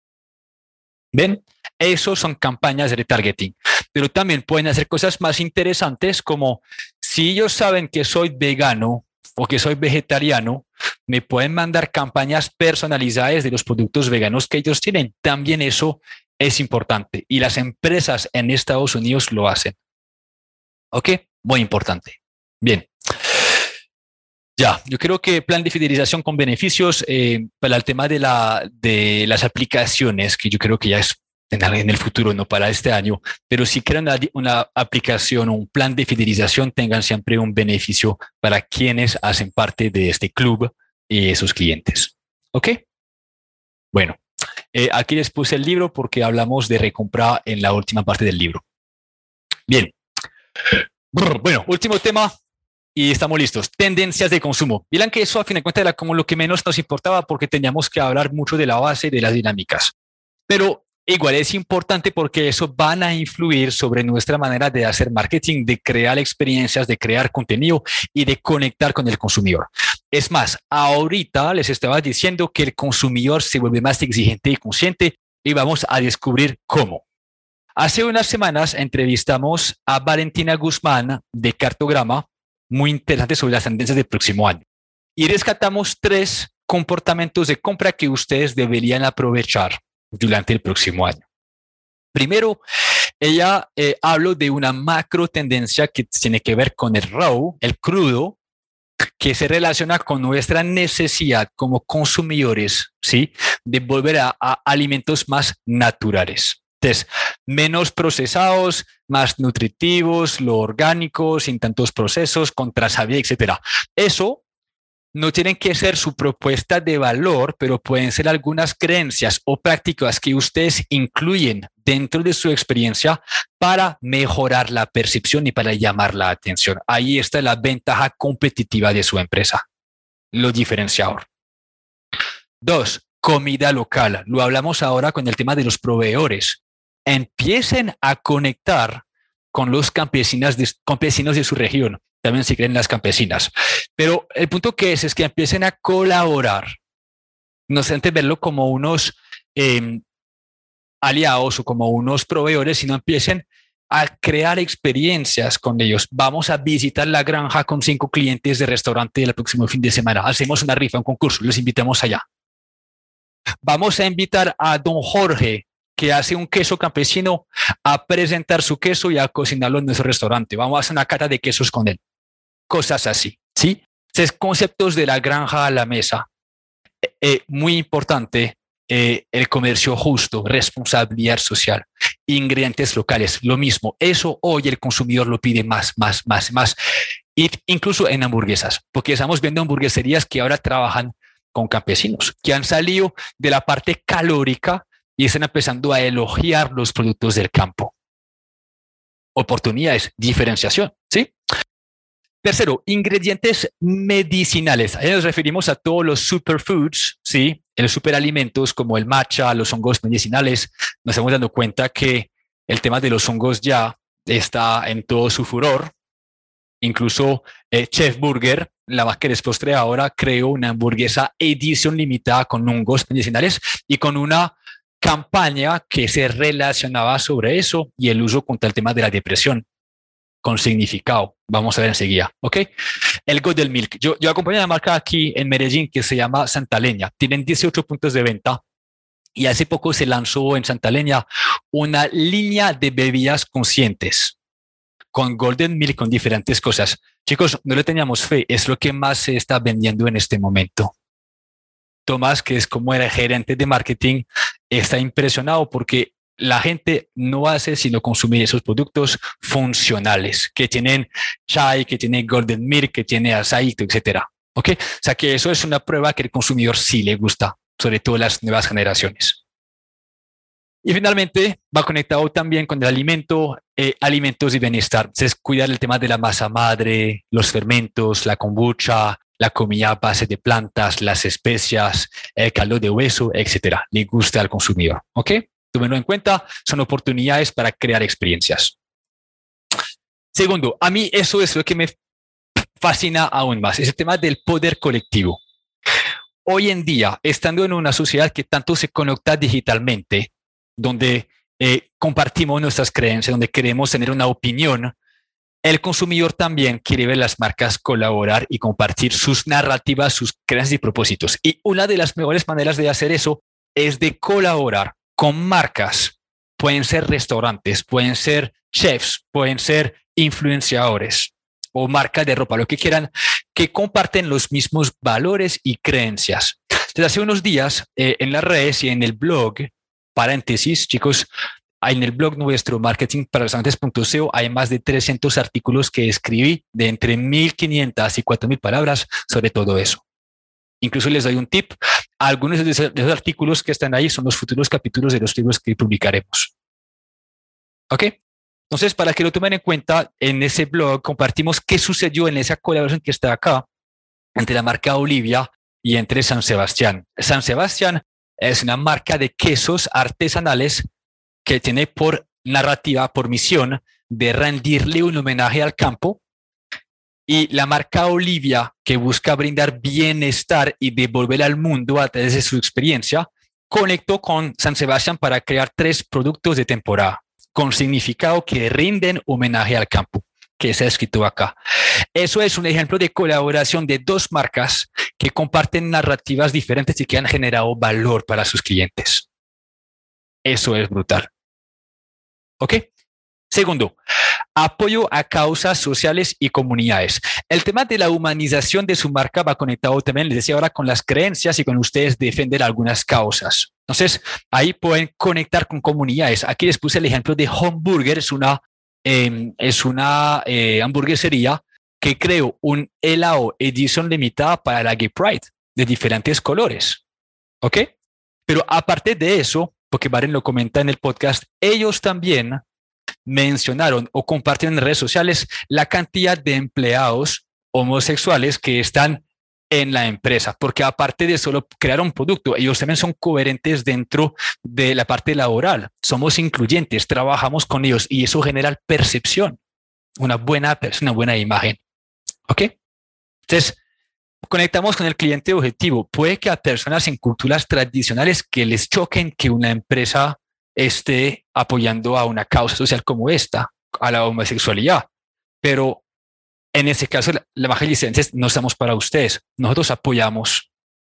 ¿Ven? Eso son campañas de retargeting. Pero también pueden hacer cosas más interesantes como si ellos saben que soy vegano o que soy vegetariano, me pueden mandar campañas personalizadas de los productos veganos que ellos tienen. También eso es importante y las empresas en Estados Unidos lo hacen. ¿Ok? Muy importante. Bien. Ya, yo creo que plan de fidelización con beneficios eh, para el tema de, la, de las aplicaciones, que yo creo que ya es en el futuro, no para este año, pero si crean una, una aplicación o un plan de fidelización, tengan siempre un beneficio para quienes hacen parte de este club y esos clientes. ¿Ok? Bueno, eh, aquí les puse el libro porque hablamos de recompra en la última parte del libro. Bien. Bueno, último tema y estamos listos. Tendencias de consumo. Miren que eso a fin de cuentas era como lo que menos nos importaba porque teníamos que hablar mucho de la base y de las dinámicas. Pero igual es importante porque eso van a influir sobre nuestra manera de hacer marketing, de crear experiencias, de crear contenido y de conectar con el consumidor. Es más, ahorita les estaba diciendo que el consumidor se vuelve más exigente y consciente y vamos a descubrir cómo. Hace unas semanas entrevistamos a Valentina Guzmán de Cartograma, muy interesante sobre las tendencias del próximo año. Y rescatamos tres comportamientos de compra que ustedes deberían aprovechar durante el próximo año. Primero, ella eh, habló de una macro tendencia que tiene que ver con el raw, el crudo, que se relaciona con nuestra necesidad como consumidores, ¿sí?, de volver a, a alimentos más naturales. Entonces, menos procesados, más nutritivos, lo orgánico, sin tantos procesos, con trazabilidad, etcétera. Eso no tienen que ser su propuesta de valor, pero pueden ser algunas creencias o prácticas que ustedes incluyen dentro de su experiencia para mejorar la percepción y para llamar la atención. Ahí está la ventaja competitiva de su empresa, lo diferenciador. Dos, comida local. Lo hablamos ahora con el tema de los proveedores. Empiecen a conectar con los campesinas de, campesinos de su región. También si creen las campesinas. Pero el punto que es es que empiecen a colaborar. No sé, antes verlo como unos eh, aliados o como unos proveedores, sino empiecen a crear experiencias con ellos. Vamos a visitar la granja con cinco clientes de restaurante el próximo fin de semana. Hacemos una rifa, un concurso, los invitamos allá. Vamos a invitar a don Jorge, que hace un queso campesino, a presentar su queso y a cocinarlo en nuestro restaurante. Vamos a hacer una cata de quesos con él. Cosas así, ¿sí? Entonces, conceptos de la granja a la mesa. Eh, eh, muy importante, eh, el comercio justo, responsabilidad social, ingredientes locales, lo mismo. Eso hoy el consumidor lo pide más, más, más, más. Y incluso en hamburguesas, porque estamos viendo hamburgueserías que ahora trabajan con campesinos, que han salido de la parte calórica y están empezando a elogiar los productos del campo. Oportunidades, diferenciación, ¿sí? Tercero, ingredientes medicinales. Ahí nos referimos a todos los superfoods, ¿sí? Los superalimentos como el matcha, los hongos medicinales. Nos estamos dando cuenta que el tema de los hongos ya está en todo su furor. Incluso eh, Chef Burger, la más que les postre ahora, creó una hamburguesa edición limitada con hongos medicinales y con una campaña que se relacionaba sobre eso y el uso contra el tema de la depresión con significado. Vamos a ver enseguida, ¿ok? El Golden Milk. Yo, yo acompaño a una marca aquí en Medellín que se llama Santa Leña. Tienen dieciocho puntos de venta y hace poco se lanzó en Santa Leña una línea de bebidas conscientes con Golden Milk, con diferentes cosas. Chicos, no le teníamos fe, es lo que más se está vendiendo en este momento. Tomás, que es como el gerente de marketing, está impresionado porque la gente no hace sino consumir esos productos funcionales que tienen chai, que tienen Golden Milk, que tiene aceite, etcétera. ¿Ok? O sea que eso es una prueba que el consumidor sí le gusta, sobre todo las nuevas generaciones. Y finalmente va conectado también con el alimento, eh, alimentos y bienestar. Entonces, cuidar el tema de la masa madre, los fermentos, la kombucha, la comida a base de plantas, las especias, el caldo de hueso, etcétera. Le gusta al consumidor. ¿Ok? Tómenlo en cuenta, son oportunidades para crear experiencias. Segundo, a mí eso es lo que me fascina aún más, es el tema del poder colectivo. Hoy en día, estando en una sociedad que tanto se conecta digitalmente, donde eh, compartimos nuestras creencias, donde queremos tener una opinión, el consumidor también quiere ver las marcas colaborar y compartir sus narrativas, sus creencias y propósitos. Y una de las mejores maneras de hacer eso es de colaborar con marcas. Pueden ser restaurantes, pueden ser chefs, pueden ser influenciadores o marcas de ropa, lo que quieran, que comparten los mismos valores y creencias. Desde hace unos días, eh, en las redes y en el blog, paréntesis, chicos, en el blog nuestro marketing para restaurantes punto co hay más de trescientos artículos que escribí de entre mil quinientas y cuatro mil palabras sobre todo eso. Incluso les doy un tip. Algunos de esos, de esos artículos que están ahí son los futuros capítulos de los libros que publicaremos. ¿Ok? Entonces, para que lo tomen en cuenta, en ese blog compartimos qué sucedió en esa colaboración que está acá entre la marca Olivia y entre San Sebastián. San Sebastián es una marca de quesos artesanales que tiene por narrativa, por misión, de rendirle un homenaje al campo. Y la marca Olivia, que busca brindar bienestar y devolver al mundo a través de su experiencia, conectó con San Sebastián para crear tres productos de temporada con significado que rinden homenaje al campo, que se ha escrito acá. Eso es un ejemplo de colaboración de dos marcas que comparten narrativas diferentes y que han generado valor para sus clientes. Eso es brutal. ¿Ok? Segundo, apoyo a causas sociales y comunidades. El tema de la humanización de su marca va conectado también, les decía ahora, con las creencias y con ustedes defender algunas causas. Entonces, ahí pueden conectar con comunidades. Aquí les puse el ejemplo de Homeburger, es una, eh, es una eh, hamburguesería que creó un helado edición limitada para la Gay Pride de diferentes colores. ¿Ok? Pero aparte de eso, porque Baren lo comenta en el podcast, ellos también mencionaron o compartieron en redes sociales la cantidad de empleados homosexuales que están en la empresa, porque aparte de solo crear un producto, ellos también son coherentes dentro de la parte laboral, somos incluyentes, trabajamos con ellos y eso genera percepción, una buena, una buena imagen. ¿Ok? Entonces, conectamos con el cliente objetivo. Puede que a personas en culturas tradicionales que les choquen que una empresa esté apoyando a una causa social como esta, a la homosexualidad. Pero en ese caso, la, la Evangelicenses no estamos para ustedes. Nosotros apoyamos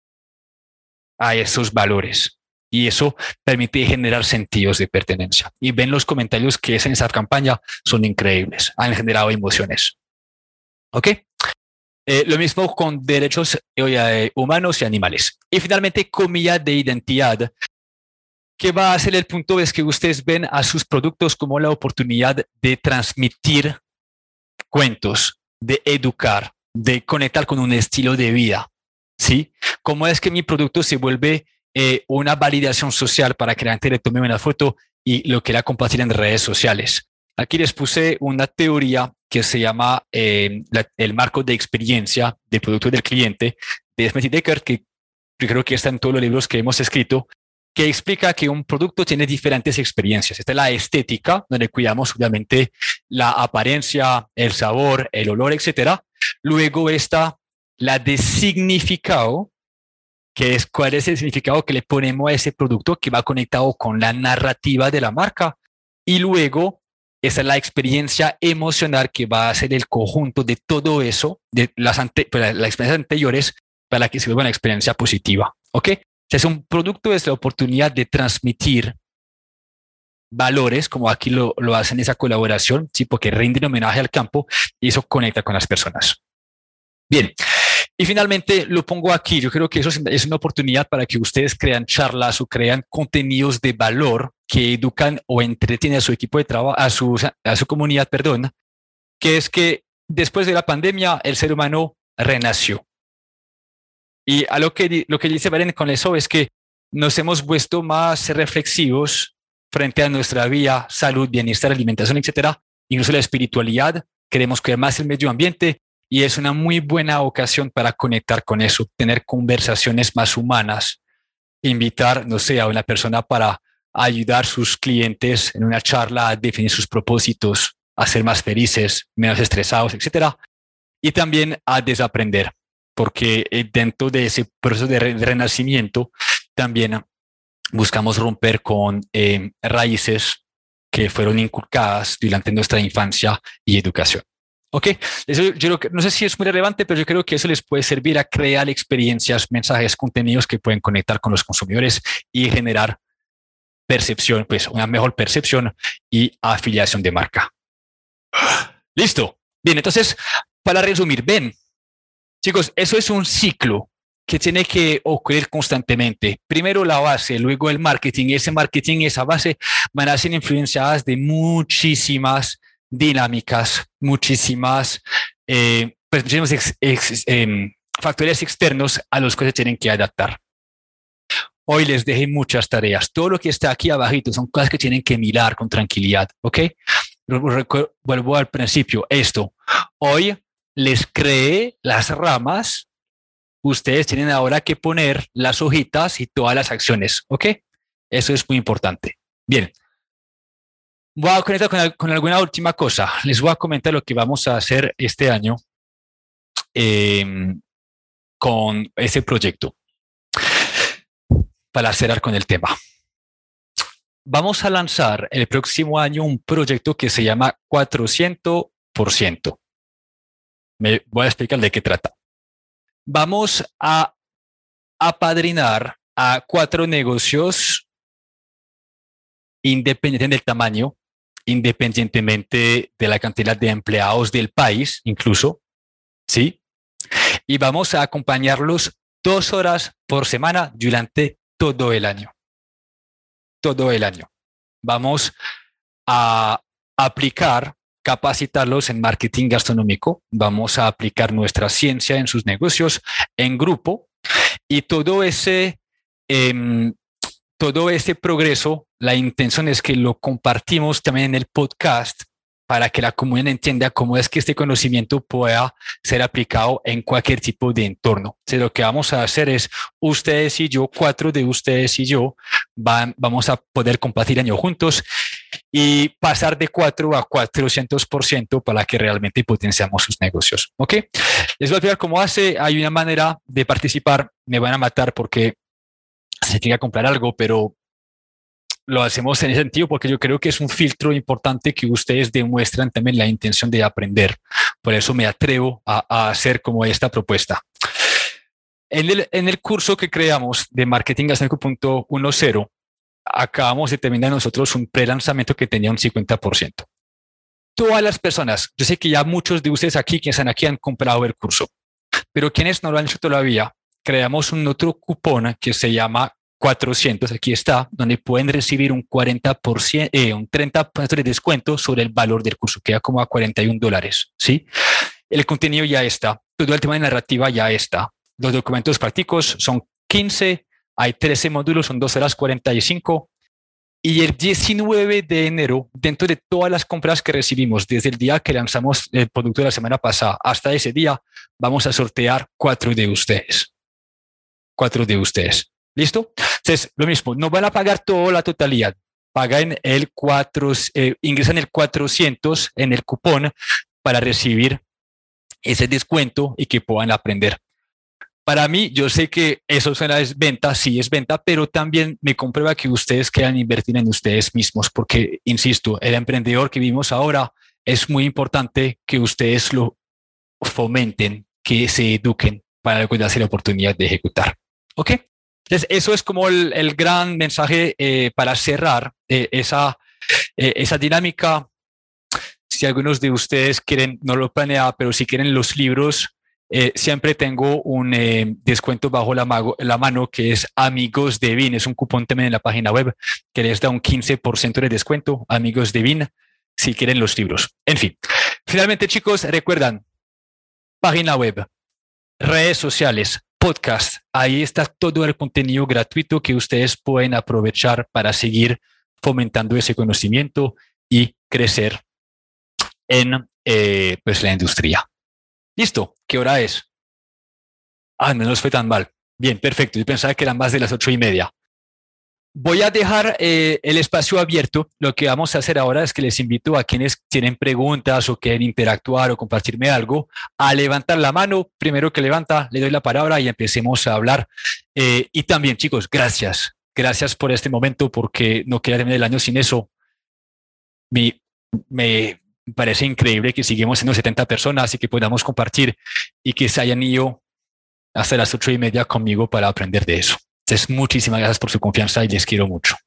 a esos valores y eso permite generar sentidos de pertenencia. Y ven los comentarios que es en esa campaña, son increíbles, han generado emociones. ¿Ok? Eh, lo mismo con derechos eh, humanos y animales. Y finalmente, comida de identidad, que va a ser el punto es que ustedes ven a sus productos como la oportunidad de transmitir cuentos, de educar, de conectar con un estilo de vida, ¿sí? ¿Cómo es que mi producto se vuelve eh, una validación social para que la gente le tome una foto y lo quiera compartir en redes sociales? Aquí les puse una teoría que se llama eh, la, el marco de experiencia del producto del cliente de Smith y Decker, que yo creo que está en todos los libros que hemos escrito, que explica que un producto tiene diferentes experiencias. Esta es la estética, donde cuidamos obviamente la apariencia, el sabor, el olor, etcétera. Luego está la de significado, que es cuál es el significado que le ponemos a ese producto que va conectado con la narrativa de la marca. Y luego esa es la experiencia emocional que va a ser el conjunto de todo eso, de las, ante, las experiencias anteriores, para que se vuelva una experiencia positiva. ¿Ok? Entonces, un producto es la oportunidad de transmitir valores, como aquí lo, lo hacen esa colaboración, ¿sí? Porque rinden homenaje al campo y eso conecta con las personas. Bien, y finalmente lo pongo aquí. Yo creo que eso es una oportunidad para que ustedes crean charlas o crean contenidos de valor que educan o entretienen a su equipo de trabajo, a su, a su comunidad, perdón, que es que después de la pandemia el ser humano renació. Y a lo que, lo que dice Baren con eso es que nos hemos vuelto más reflexivos frente a nuestra vida, salud, bienestar, alimentación, etcétera. Incluso la espiritualidad, queremos cuidar más el medio ambiente y es una muy buena ocasión para conectar con eso, tener conversaciones más humanas, invitar, no sé, a una persona para ayudar a sus clientes en una charla a definir sus propósitos, a ser más felices, menos estresados, etcétera. Y también a desaprender, porque dentro de ese proceso de, re de renacimiento también buscamos romper con eh, raíces que fueron inculcadas durante nuestra infancia y educación. ¿Ok? Eso yo creo, no sé si es muy relevante, pero yo creo que eso les puede servir a crear experiencias, mensajes, contenidos que pueden conectar con los consumidores y generar percepción, pues una mejor percepción y afiliación de marca. Listo. Bien, entonces, para resumir, ven, chicos, eso es un ciclo. que tiene que ocurrir constantemente. Primero la base, luego el marketing. Y ese marketing y esa base van a ser influenciadas de muchísimas dinámicas, muchísimas, eh, pues, muchísimos ex, ex, eh, factores externos a los que se tienen que adaptar. Hoy les dejé muchas tareas. Todo lo que está aquí abajito son cosas que tienen que mirar con tranquilidad, ¿ok? Vuelvo al principio. Esto. Hoy les creé las ramas. Ustedes tienen ahora que poner las hojitas y todas las acciones, ¿ok? Eso es muy importante. Bien. Voy a conectar con, con alguna última cosa. Les voy a comentar lo que vamos a hacer este año eh, con este proyecto. Para cerrar con el tema. Vamos a lanzar el próximo año un proyecto que se llama cuatrocientos por ciento. Me voy a explicar de qué trata. Vamos a apadrinar a cuatro negocios independientemente del tamaño, independientemente de la cantidad de empleados del país, incluso, ¿sí? Y vamos a acompañarlos dos horas por semana durante todo el año. Todo el año. Vamos a aplicar, capacitarlos en marketing gastronómico. Vamos a aplicar nuestra ciencia en sus negocios en grupo y todo ese, eh, todo ese progreso, la intención es que lo compartimos también en el podcast para que la comunidad entienda cómo es que este conocimiento pueda ser aplicado en cualquier tipo de entorno. Entonces, lo que vamos a hacer es, ustedes y yo, cuatro de ustedes y yo, van, vamos a poder compartir año juntos y pasar de cuatro a cuatrocientos por ciento para que realmente potenciamos sus negocios. ¿Ok? Les voy a explicar cómo hace. Hay una manera de participar. Me van a matar porque se tiene que comprar algo, pero lo hacemos en ese sentido porque yo creo que es un filtro importante que ustedes demuestran también la intención de aprender. Por eso me atrevo a, a hacer como esta propuesta. En el, en el curso que creamos de Marketing Gastronómico punto diez, acabamos de terminar nosotros un pre-lanzamiento que tenía un cincuenta por ciento. Todas las personas, yo sé que ya muchos de ustedes aquí, quienes están aquí, han comprado el curso, pero quienes no lo han hecho todavía, creamos un otro cupón que se llama cuatrocientos, aquí está, donde pueden recibir un cuarenta por ciento, eh, un treinta por ciento de descuento sobre el valor del curso, queda como a cuarenta y un dólares, ¿sí? El contenido ya está, todo el tema de narrativa ya está. Los documentos prácticos son quince, hay trece módulos, son dos horas cuarenta y cinco. Y el diecinueve de enero, dentro de todas las compras que recibimos, desde el día que lanzamos el producto de la semana pasada hasta ese día, vamos a sortear cuatro de ustedes. Cuatro de ustedes. ¿Listo? Entonces, lo mismo, no van a pagar toda la totalidad. Pagan el cuatro, eh, ingresan el cuatrocientos en el cupón para recibir ese descuento y que puedan aprender. Para mí, yo sé que eso suena es venta, sí es venta, pero también me comprueba que ustedes quieran invertir en ustedes mismos, porque, insisto, el emprendedor que vivimos ahora es muy importante que ustedes lo fomenten, que se eduquen para darse la oportunidad de ejecutar. ¿Ok? Entonces, eso es como el, el gran mensaje eh, para cerrar eh, esa, eh, esa dinámica. Si algunos de ustedes quieren, no lo planeaba, pero si quieren los libros, Eh, siempre tengo un eh, descuento bajo la, mago, la mano que es Amigos de Vin. Es un cupón también en la página web que les da un quince por ciento de descuento. Amigos de Vin, si quieren los libros. En fin, finalmente, chicos, recuerdan, página web, redes sociales, podcast. Ahí está todo el contenido gratuito que ustedes pueden aprovechar para seguir fomentando ese conocimiento y crecer en eh, pues, la industria. Listo, ¿qué hora es? Ah, no nos fue tan mal. Bien, perfecto. Yo pensaba que eran más de las ocho y media. Voy a dejar eh, el espacio abierto. Lo que vamos a hacer ahora es que les invito a quienes tienen preguntas o quieren interactuar o compartirme algo, a levantar la mano. Primero que levanta, le doy la palabra y empecemos a hablar. Eh, y también, chicos, gracias. Gracias por este momento porque no quería terminar el año sin eso. Me... me Me parece increíble que sigamos siendo setenta personas y que podamos compartir y que se hayan ido hasta las ocho y media conmigo para aprender de eso. Entonces, muchísimas gracias por su confianza y les quiero mucho.